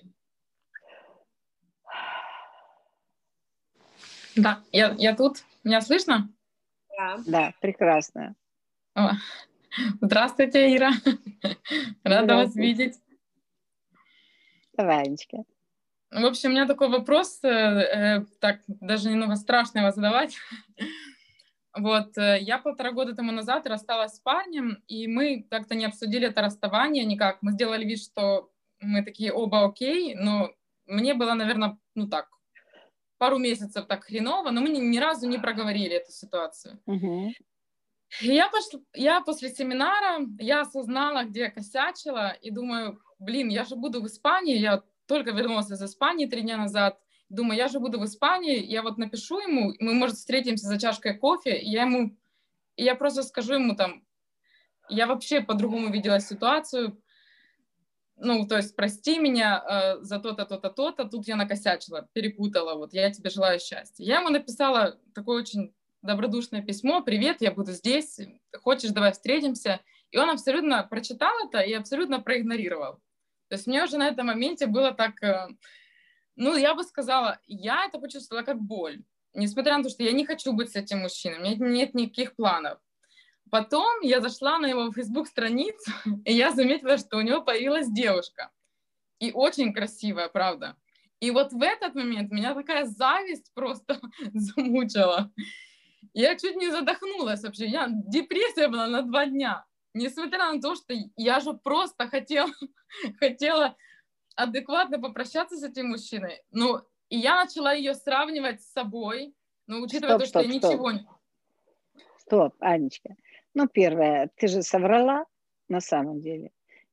Да, я тут. Меня слышно? Да, прекрасно. О, здравствуйте, Ира. Рада вас видеть. Давай, Анечка. В общем, у меня такой вопрос, так даже немного страшно его задавать. Вот, я 1,5 года тому назад рассталась с парнем, и мы как-то не обсудили это расставание никак. Мы сделали вид, что мы такие оба окей, но мне было, наверное, пару месяцев так хреново, но мы ни разу не проговорили эту ситуацию. И я после семинара, я осознала, где я косячила, и думаю, я же буду в Испании, я только вернулась из Испании 3 дня назад, думаю, я же буду в Испании, я вот напишу ему, мы, может, встретимся за чашкой кофе, и я просто скажу ему там, я вообще по-другому видела ситуацию, то есть прости меня за то-то, то-то, то-то, тут я накосячила, перепутала, вот, я тебе желаю счастья. Я ему написала такое очень добродушное письмо: привет, я буду здесь, хочешь, давай встретимся. И он абсолютно прочитал это и абсолютно проигнорировал. То есть мне уже на этом моменте было так, я бы сказала, я это почувствовала как боль. Несмотря на то, что я не хочу быть с этим мужчиной, у меня нет никаких планов. Потом я зашла на его Facebook-страницу, и я заметила, что у него появилась девушка. И очень красивая, правда. И вот в этот момент меня такая зависть просто замучила. Я чуть не задохнулась вообще. Депрессия была на 2 дня. Несмотря на то, что я же просто хотела адекватно попрощаться с этим мужчиной. И я начала ее сравнивать с собой, но учитывая то, что я ничего не... Стоп, Анечка. Первое, ты же соврала на самом деле.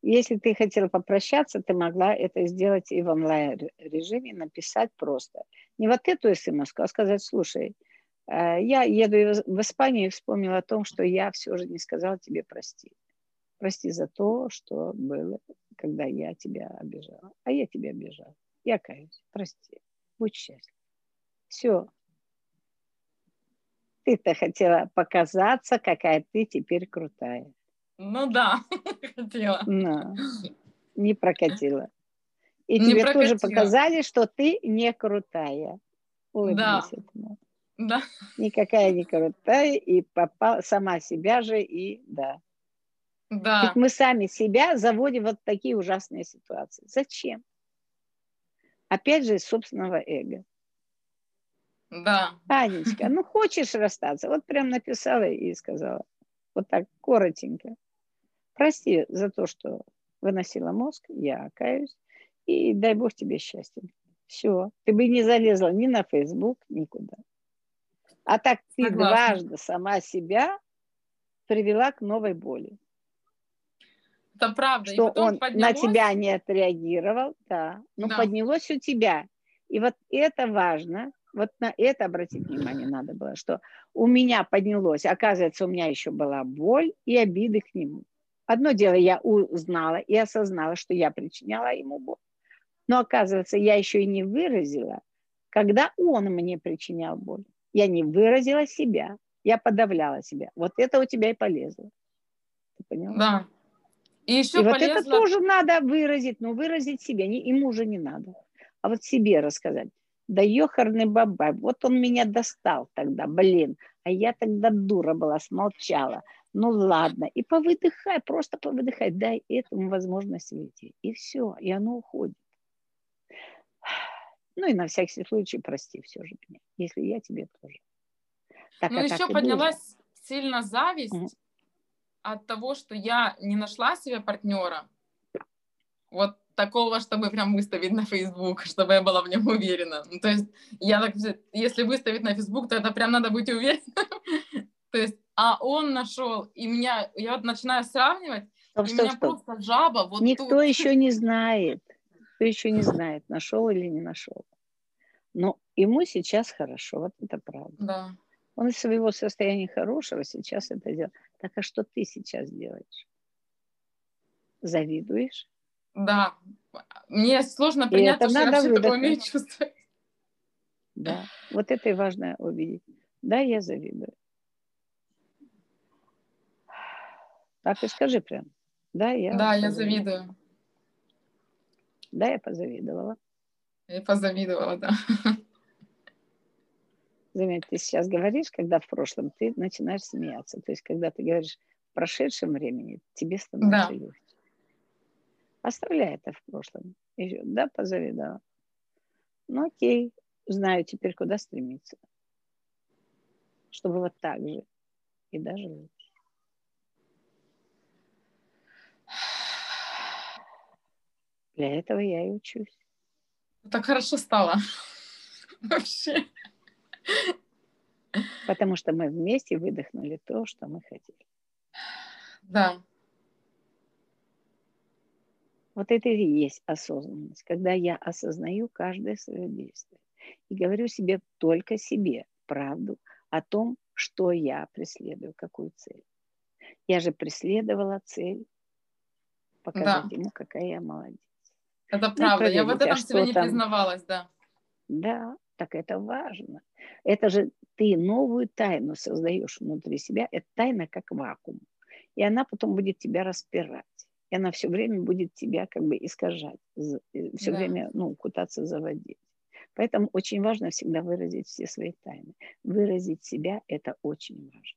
Если ты хотела попрощаться, ты могла это сделать и в онлайн-режиме, написать просто. Не вот эту смс-ку, а сказать: слушай, я еду в Испанию и вспомнила о том, что я все же не сказала тебе прости. Прости за то, что было, когда я тебя обижала. А я тебя обижала. Я каюсь. Прости. Будь счастлив. Все. Ты-то хотела показаться, какая ты теперь крутая. Ну да, хотела. Но не прокатила. И Не тебе тоже прокатила. показали, что ты не крутая. Улыбнись Да. этому. Да. Никакая не крутая, и попала сама себя же, и да. Да. Ведь мы сами себя заводим в вот такие ужасные ситуации. Зачем? Опять же, из собственного эго. Да. Анечка, ну хочешь расстаться? Вот прям написала и сказала. Вот так коротенько. Прости за то, что выносила мозг, я каюсь. И дай Бог тебе счастья. Все. Ты бы не залезла ни на Facebook, никуда. А так ты дважды сама себя привела к новой боли. Это правда. Что и потом он поднялось... на тебя не отреагировал, да, но Да. поднялось у тебя. И вот это важно, вот на это обратить внимание надо было, что у меня поднялось, оказывается, у меня еще была боль и обиды к нему. Одно дело, я узнала и осознала, что я причиняла ему боль. Но, оказывается, я еще и не выразила, когда он мне причинял боль. Я не выразила себя, я подавляла себя. Вот это у тебя и полезло. Ты поняла? Да. И еще и полезно... вот это тоже надо выразить, но выразить себе, ему же не надо. А вот себе рассказать. Да ёхарный бабай, вот он меня достал тогда, блин. А я тогда дура была, смолчала. Ну ладно, и повыдыхай, просто повыдыхай. Дай этому возможность выйти. И все, и оно уходит. Ну и на всякий случай прости все же меня, если я тебе тоже. Так, ну еще так поднялась сильно зависть. Угу. От того, что я не нашла себе партнера, вот такого, чтобы прям выставить на Facebook, чтобы я была в нем уверена. Ну, то есть, я так, если выставить на Facebook, то это прям надо быть уверенным. То есть, а он нашел, и меня, я вот начинаю сравнивать, и меня просто жаба вот Никто тут. еще не знает, нашел или не нашел. Но ему сейчас хорошо, вот это правда. Да. Он из своего состояния хорошего сейчас это делает. Так а что ты сейчас делаешь? Завидуешь? Да. Мне сложно принять, что я вообще такое умею чувствовать. Да, вот это и важно увидеть. Да, я завидую. Так и скажи прям. Да, я завидую. Да, я позавидовала. Я позавидовала, да. Заметь, ты сейчас говоришь, когда в прошлом, ты начинаешь смеяться. То есть, когда ты говоришь в прошедшем времени, тебе становится легче. Оставляй это в прошлом. И, да, позавидовала. Ну, окей, знаю теперь, куда стремиться. Чтобы вот так же. И даже лучше. Для этого я и учусь. Так хорошо стало. Вообще. Потому что мы вместе выдохнули то, что мы хотели. Да. Вот это и есть осознанность. Когда я осознаю каждое свое действие. И говорю себе, только себе, правду о том, что я преследую, какую цель. Я же преследовала цель показать ему, какая я молодец. Это правда. Я вот этом себе не признавалась, да. Да, так это важно. Это же ты новую тайну создаешь внутри себя. Это тайна как вакуум. И она потом будет тебя распирать. И она все время будет тебя как бы искажать. Все время, пытаться заводить. Поэтому очень важно всегда выразить все свои тайны. Выразить себя – это очень важно.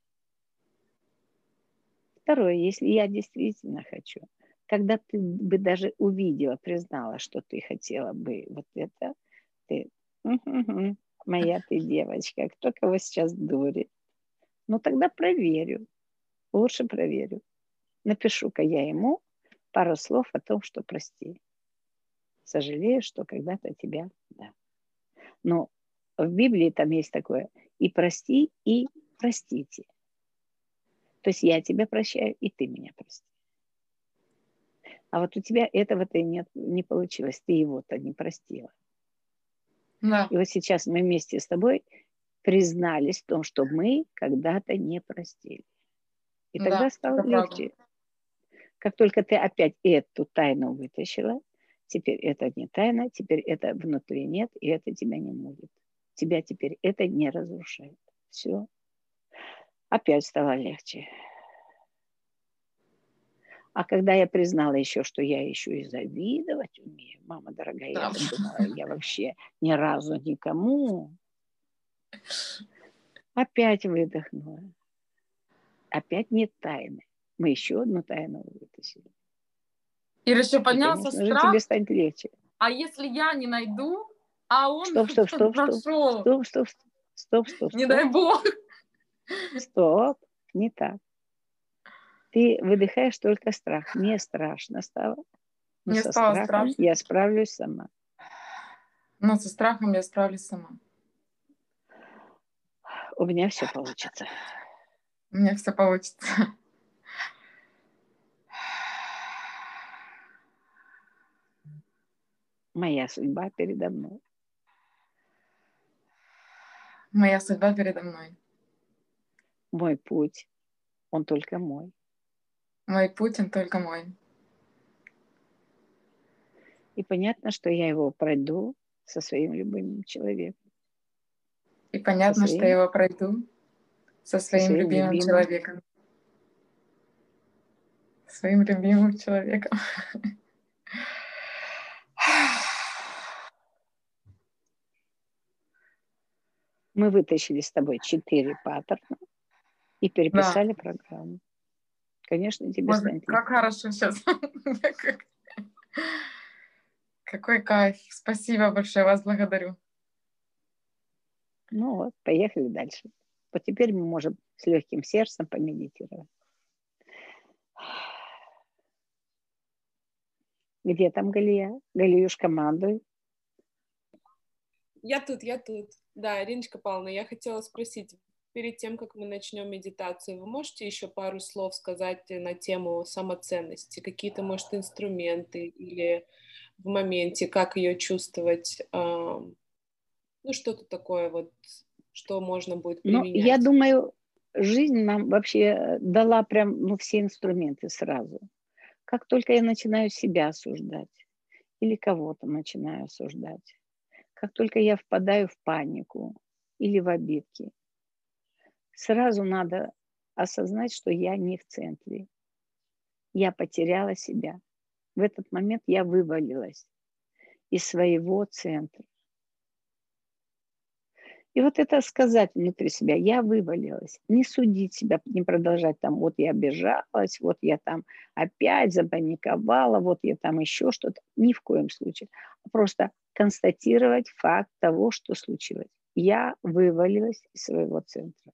Второе, если я действительно хочу, когда ты бы даже увидела, признала, что ты хотела бы вот это, ты, моя ты девочка, кто кого сейчас дурит. Ну тогда проверю, лучше проверю. Напишу-ка я ему пару слов о том, что прости. Сожалею, что когда-то тебя, да. Но в Библии там есть такое, и прости, и простите. То есть я тебя прощаю, и ты меня прости. А вот у тебя этого-то не получилось, ты его-то не простила. Да. И вот сейчас мы вместе с тобой признались в том, что мы когда-то не простили. И тогда Да, стало это правда. легче. Как только ты опять эту тайну вытащила, теперь это не тайна, теперь это внутри нет, и это тебя не мудит. Тебя теперь это не разрушает. Все. Опять стало легче. А когда я признала еще, что я еще и завидовать умею, мама дорогая, Да. я вот думала, я вообще ни разу никому. Опять выдохнула. Опять нет тайны. Мы еще одну тайну вытащили. И еще И, поднялся конечно же, страх. тебе станет легче. А если я не найду, а он Стоп. нашел? Стоп. Не дай бог. Стоп, не так. Ты выдыхаешь только страх. Мне страшно стало. Но Мне со стало страхом страшно. я справлюсь сама. Но со страхом я справлюсь сама. У меня все получится. У меня все получится. Моя судьба передо мной. Моя судьба передо мной. Мой путь, он только мой. Мой путь, он только мой. И понятно, что я его пройду со своим любимым человеком. И понятно, что я его пройду со своим любимым человеком. Своим любимым человеком. Мы вытащили с тобой 4 паттерна и переписали программу. Конечно, тебе станет как хорошо сейчас. Какой кайф. Спасибо большое, вас благодарю. Ну вот, поехали дальше. Вот теперь мы можем с легким сердцем помедитировать. Где там Галия? Галиюш, командуй. Я тут. Да, Ириночка Павловна, я хотела спросить, перед тем, как мы начнем медитацию, вы можете еще пару слов сказать на тему самоценности? Какие-то, может, инструменты или в моменте, как ее чувствовать? Ну, что-то такое вот, что можно будет применять. Ну, я думаю, жизнь нам вообще дала прям все инструменты сразу. Как только я начинаю себя осуждать или кого-то начинаю осуждать, как только я впадаю в панику или в обидки, сразу надо осознать, что я не в центре. Я потеряла себя. В этот момент я вывалилась из своего центра. И вот это сказать внутри себя, я вывалилась, не судить себя, не продолжать там, вот я обижалась, вот я там опять запаниковала, вот я там еще что-то. Ни в коем случае. Просто констатировать факт того, что случилось. Я вывалилась из своего центра.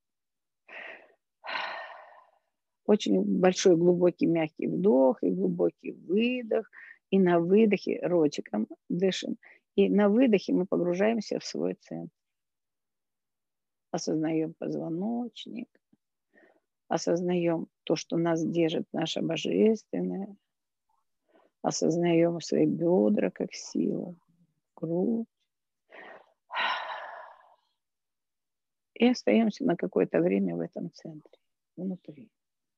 Очень большой глубокий мягкий вдох и глубокий выдох. И на выдохе ротиком дышим. И на выдохе мы погружаемся в свой центр. Осознаем позвоночник, осознаем то, что нас держит наше божественное, осознаем свои бедра как сила, грудь. И остаемся на какое-то время в этом центре, внутри.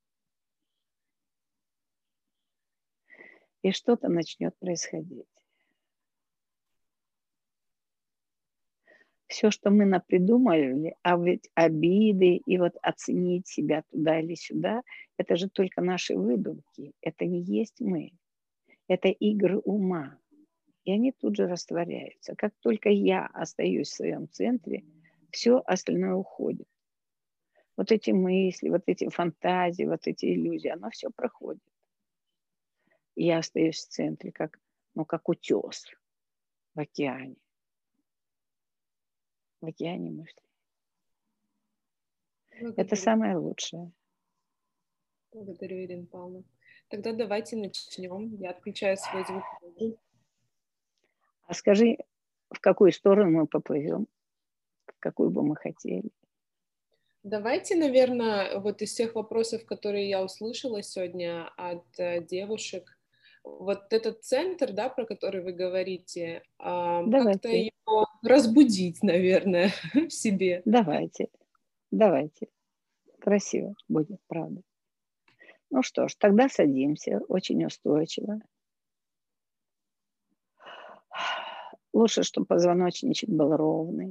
И что-то начнет происходить. Все, что мы напридумали, а ведь обиды и вот оценить себя туда или сюда, это же только наши выдумки. Это не есть мы. Это игры ума. И они тут же растворяются. Как только я остаюсь в своем центре, все остальное уходит. Вот эти мысли, вот эти фантазии, вот эти иллюзии, оно все проходит. И я остаюсь в центре, как утес в океане. В океане мыслей. Это самое лучшее. Благодарю, Ирина Павловна. Тогда давайте начнем. Я отключаю свой звук. А скажи, в какую сторону мы поплывем? В какую бы мы хотели? Давайте, наверное, вот из всех вопросов, которые я услышала сегодня от девушек, вот этот центр, да, про который вы говорите, как-то Давайте, его разбудить, наверное, в себе. давайте, давайте. Красиво будет, правда. Ну что ж, тогда садимся очень устойчиво. Лучше, чтобы позвоночничек был ровный.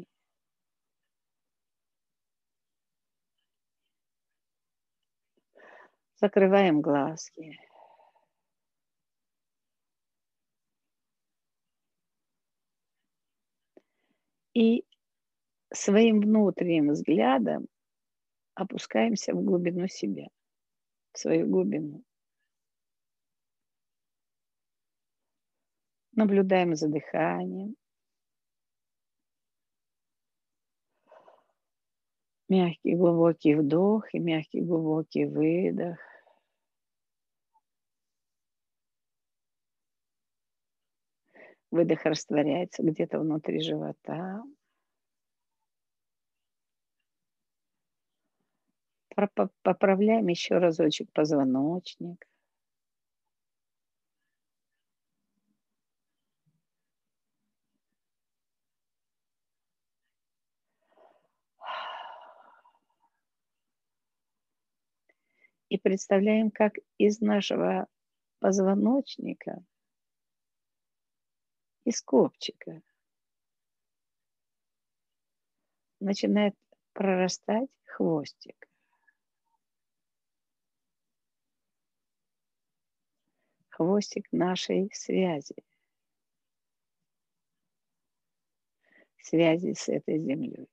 Закрываем глазки. И своим внутренним взглядом опускаемся в глубину себя, в свою глубину. Наблюдаем за дыханием. Мягкий глубокий вдох и мягкий глубокий выдох. Выдох растворяется где-то внутри живота. Поправляем еще разочек позвоночник. И представляем, как из нашего позвоночника, из копчика начинает прорастать хвостик. Хвостик нашей связи. Связи с этой землей.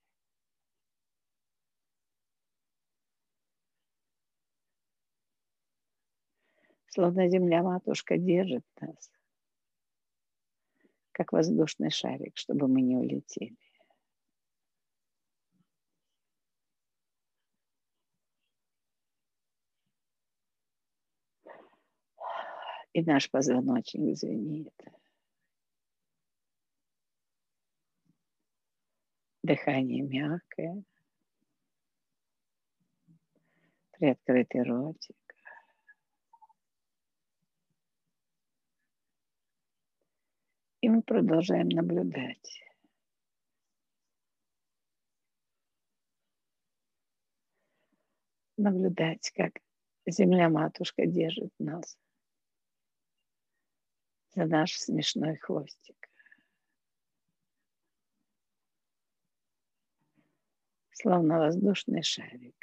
Словно земля-матушка держит нас, как воздушный шарик, чтобы мы не улетели. И наш позвоночник звенит. Дыхание мягкое. Приоткрытый ротик. И мы продолжаем наблюдать. Наблюдать, как земля-матушка держит нас за наш смешной хвостик. Словно воздушный шарик.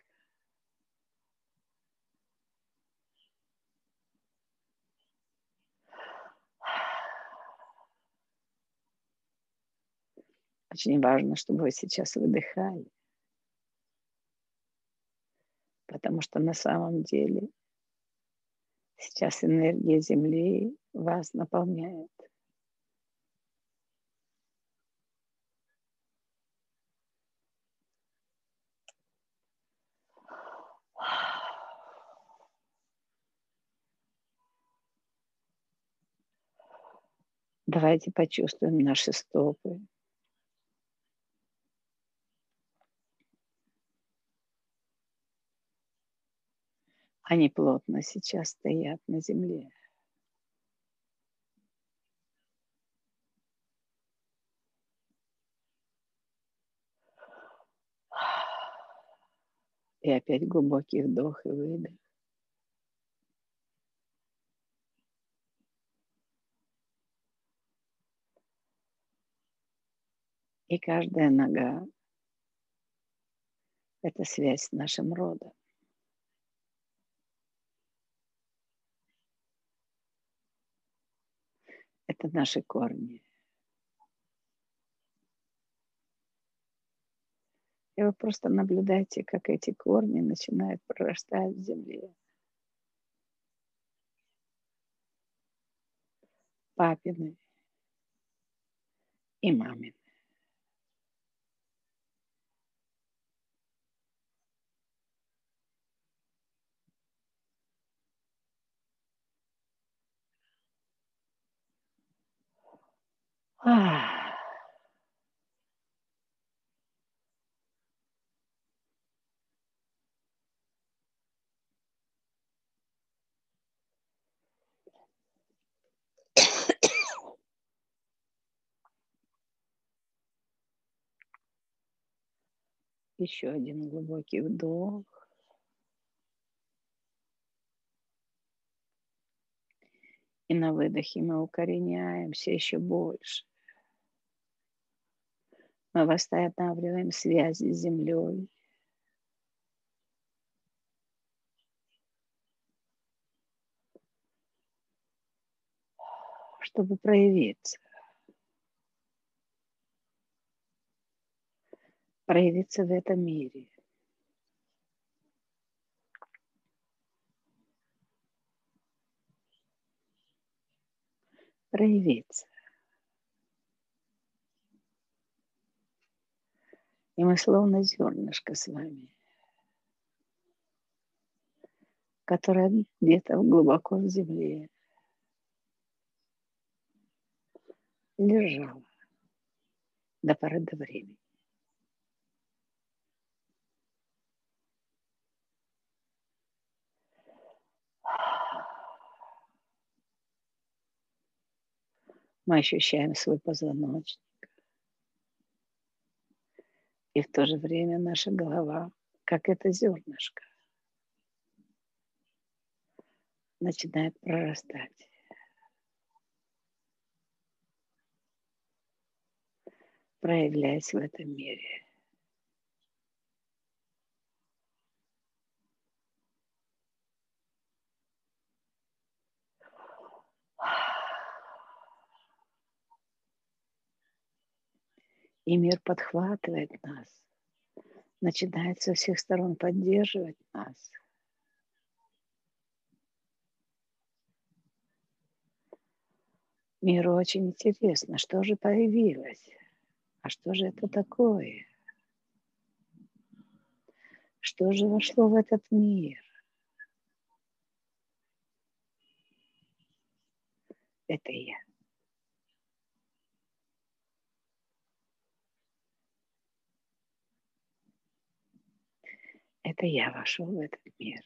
Очень важно, чтобы вы сейчас выдыхали, потому что на самом деле сейчас энергия Земли вас наполняет. Давайте почувствуем наши стопы. Они плотно сейчас стоят на земле. И опять глубокий вдох и выдох. И каждая нога – это связь с нашим родом. Это наши корни. И вы просто наблюдаете, как эти корни начинают прорастать в земле. Папины и мамины. Еще один глубокий вдох. И на выдохе мы укореняемся еще больше. Мы восстанавливаем связи с землей. Чтобы проявиться. Проявиться в этом мире. Проявиться. И мы словно зернышко с вами, которое где-то глубоко в земле лежало до поры до времени. Мы ощущаем свой позвоночник. И в то же время наша голова, как это зернышко, начинает прорастать. Проявляясь в этом мире. И мир подхватывает нас, начинает со всех сторон поддерживать нас. Миру очень интересно, что же появилось, а что же это такое, что же вошло в этот мир. Это я. Это я вошел в этот мир.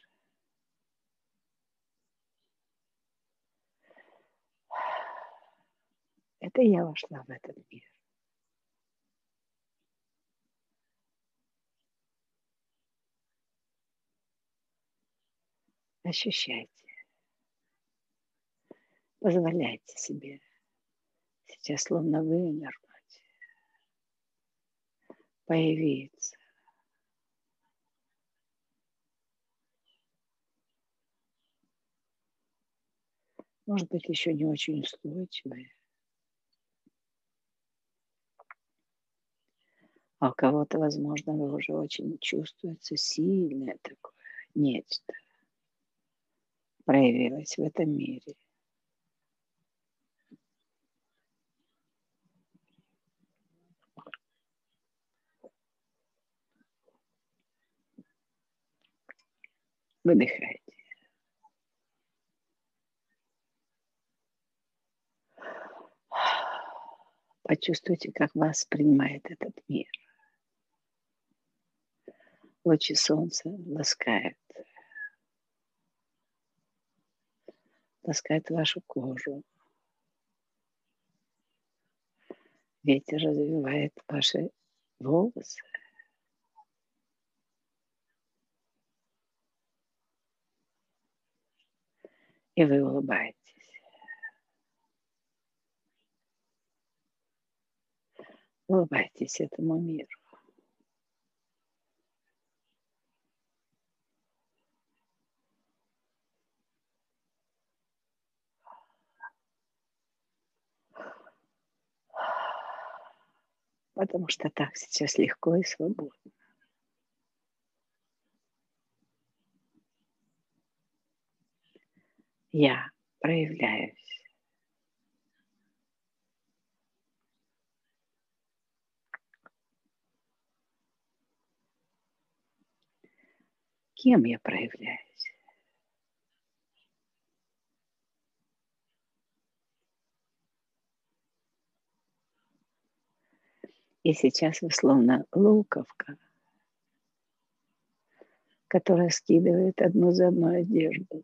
Это я вошла в этот мир. Ощущайте. Позволяйте себе сейчас словно вынырнуть, появиться. Может быть, еще не очень устойчивые. А у кого-то, возможно, уже очень чувствуется сильное такое нечто. Проявилось в этом мире. Выдыхайте. Почувствуйте, как вас принимает этот мир. Лучи солнца ласкают вашу кожу. Ветер развивает ваши волосы. И вы улыбаетесь. Улыбайтесь этому миру. Потому что так сейчас легко и свободно. Я проявляюсь. Кем я проявляюсь? И сейчас вы словно луковка, которая скидывает одну за одной одежду.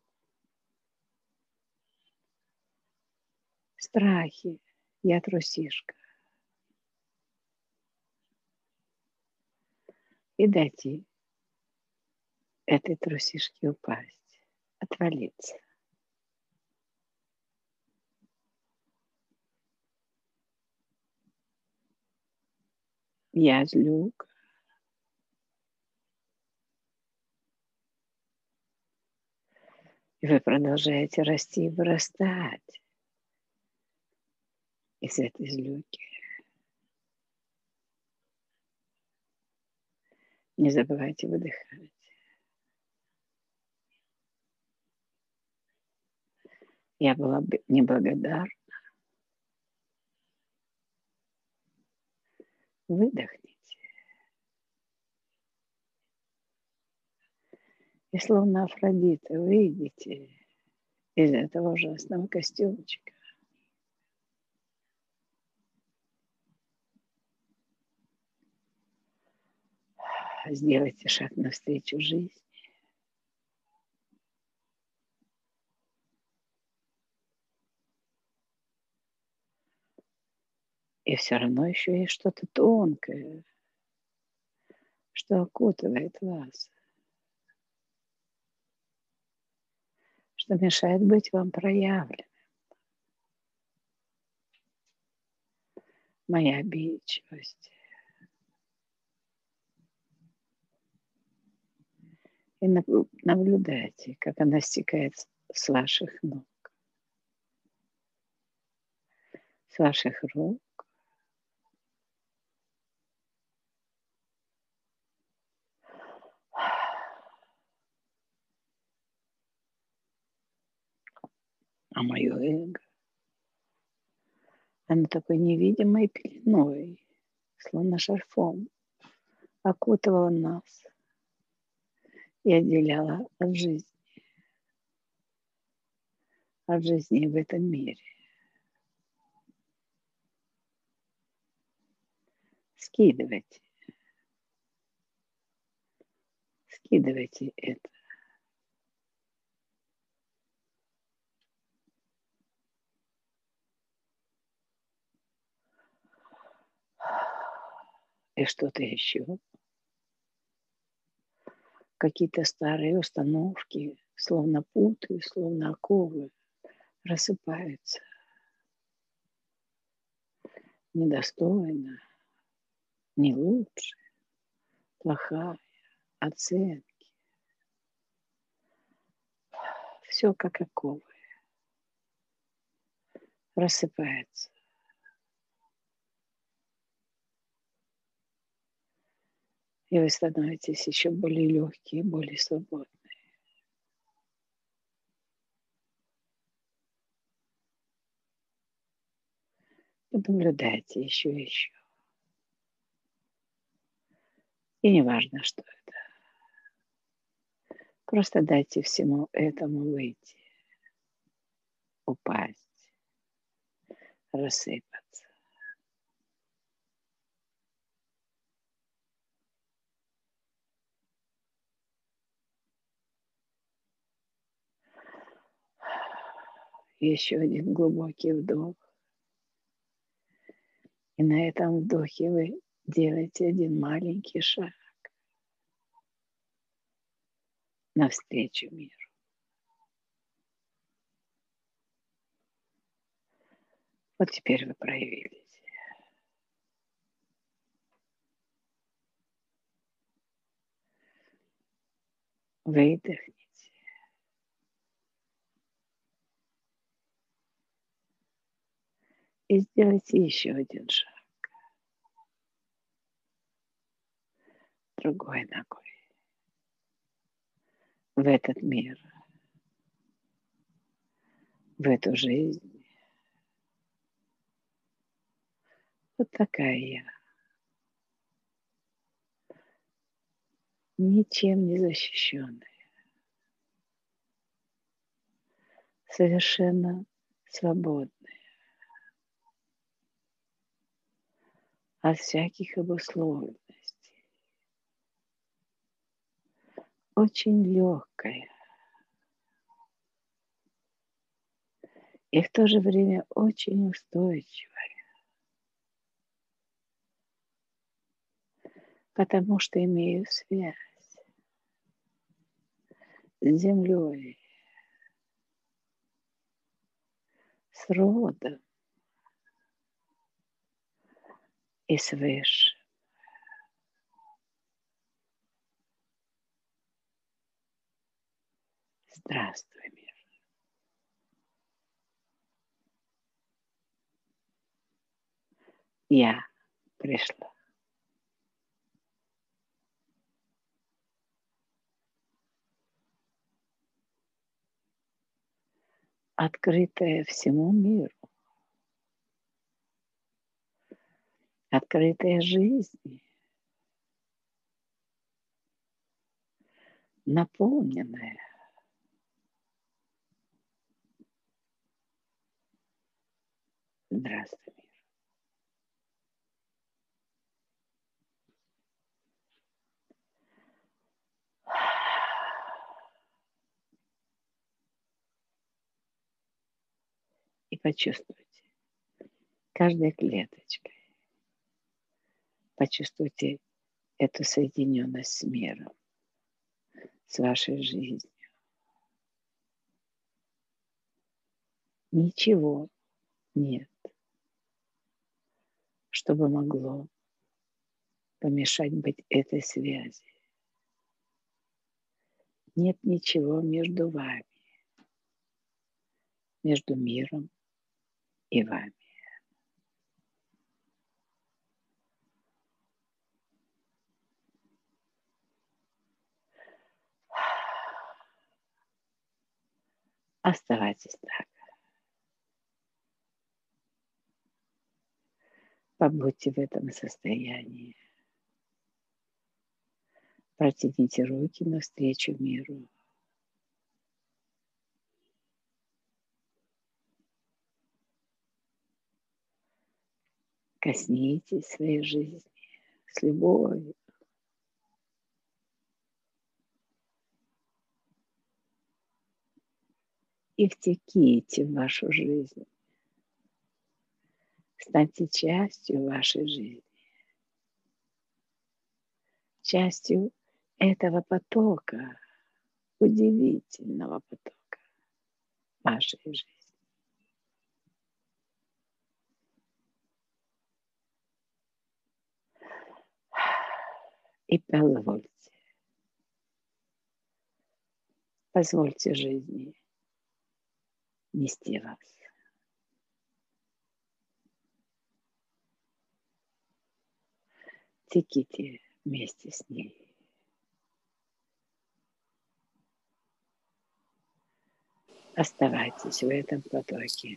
Страхи. Я трусишка. и дайте этой трусишке упасть, отвалиться. Я злюка. И вы продолжаете расти и вырастать из этой злюки. Не забывайте выдыхать. Я была неблагодарна. Выдохните. И словно Афродита выйдите из этого ужасного костюмчика. Сделайте шаг навстречу жизни. И все равно еще есть что-то тонкое, что окутывает вас, что мешает быть вам проявленным. Моя обидчивость. И наблюдайте, как она стекает с ваших ног, с ваших рук. А мое эго, оно такой невидимой пеленой, словно шарфом, окутывало нас и отделяло от жизни в этом мире. Скидывайте это. И что-то еще. Какие-то старые установки, словно путы, словно оковы, рассыпаются. Недостойно, не лучше, плохая, оценки. Все как оковы. Рассыпается. И вы становитесь еще более легкие, более свободные. Понаблюдайте еще и еще. И не важно, что это. Просто дайте всему этому выйти, упасть, рассыпаться. Еще один глубокий вдох. И на этом вдохе вы делаете один маленький шаг навстречу миру. Вот теперь вы проявились. Выдохните. И сделайте еще один шаг. Другой ногой. В этот мир. В эту жизнь. Вот такая я. Ничем не защищенная. Совершенно свободная. От всяких обусловленностей. Очень легкая. И в то же время очень устойчивая. потому что имею связь с землей, с родом и свыше. Здравствуй, мир. Я пришла. Открытая всему миру, открытая жизни, наполненная. Здравствуй, мир. И почувствуйте каждой клеточкой, почувствуйте эту соединенность с миром, с вашей жизнью. Ничего нет, чтобы могло помешать быть этой связи. Нет ничего между вами, между миром и вами. Оставайтесь так. Побудьте в этом состоянии. Протяните руки навстречу миру. Коснитесь своей жизни с любовью. И втеките в вашу жизнь. Станьте частью вашей жизни. Частью этого потока, удивительного потока вашей жизни. И позвольте жизни нести вас. Теките вместе с ней. Оставайтесь в этом потоке.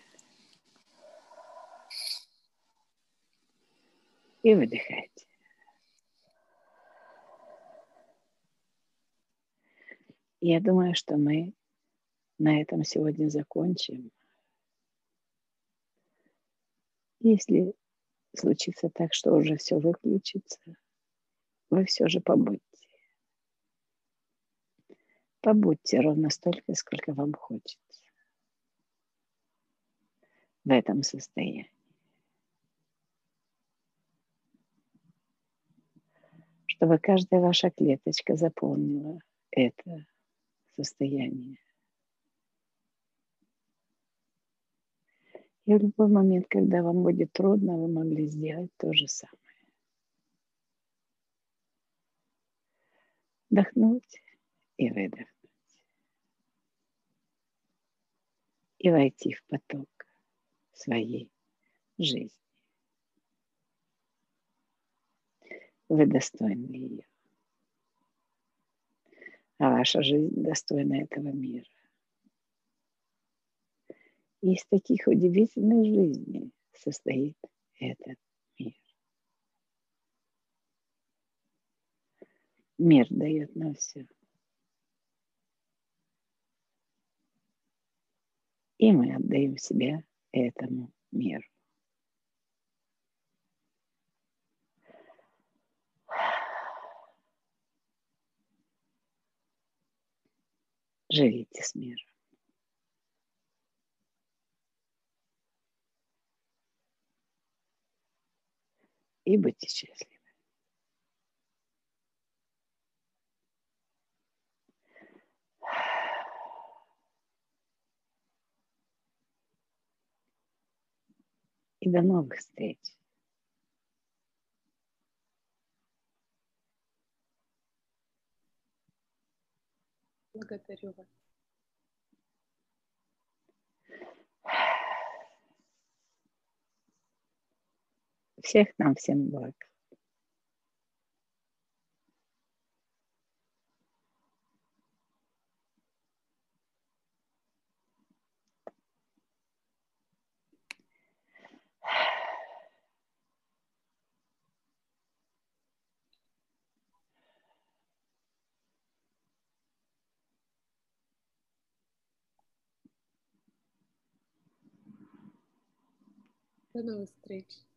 И выдыхайте. Я думаю, что мы на этом сегодня закончим. Если случится так, что уже все выключится, вы все же побудьте. Побудьте ровно столько, сколько вам хочется в этом состоянии. Чтобы каждая ваша клеточка заполнила это состояние. И в любой момент, когда вам будет трудно, вы могли сделать то же самое. Вдохнуть и выдохнуть. И войти в поток своей жизни. Вы достойны ее. А ваша жизнь достойна этого мира. И из таких удивительных жизней состоит этот мир. Мир дает нам все. И мы отдаем себя этому миру. Живите с миром. И будьте счастливы. И до новых встреч. Благодарю вас. Всех нам, всем благ. До новых встреч.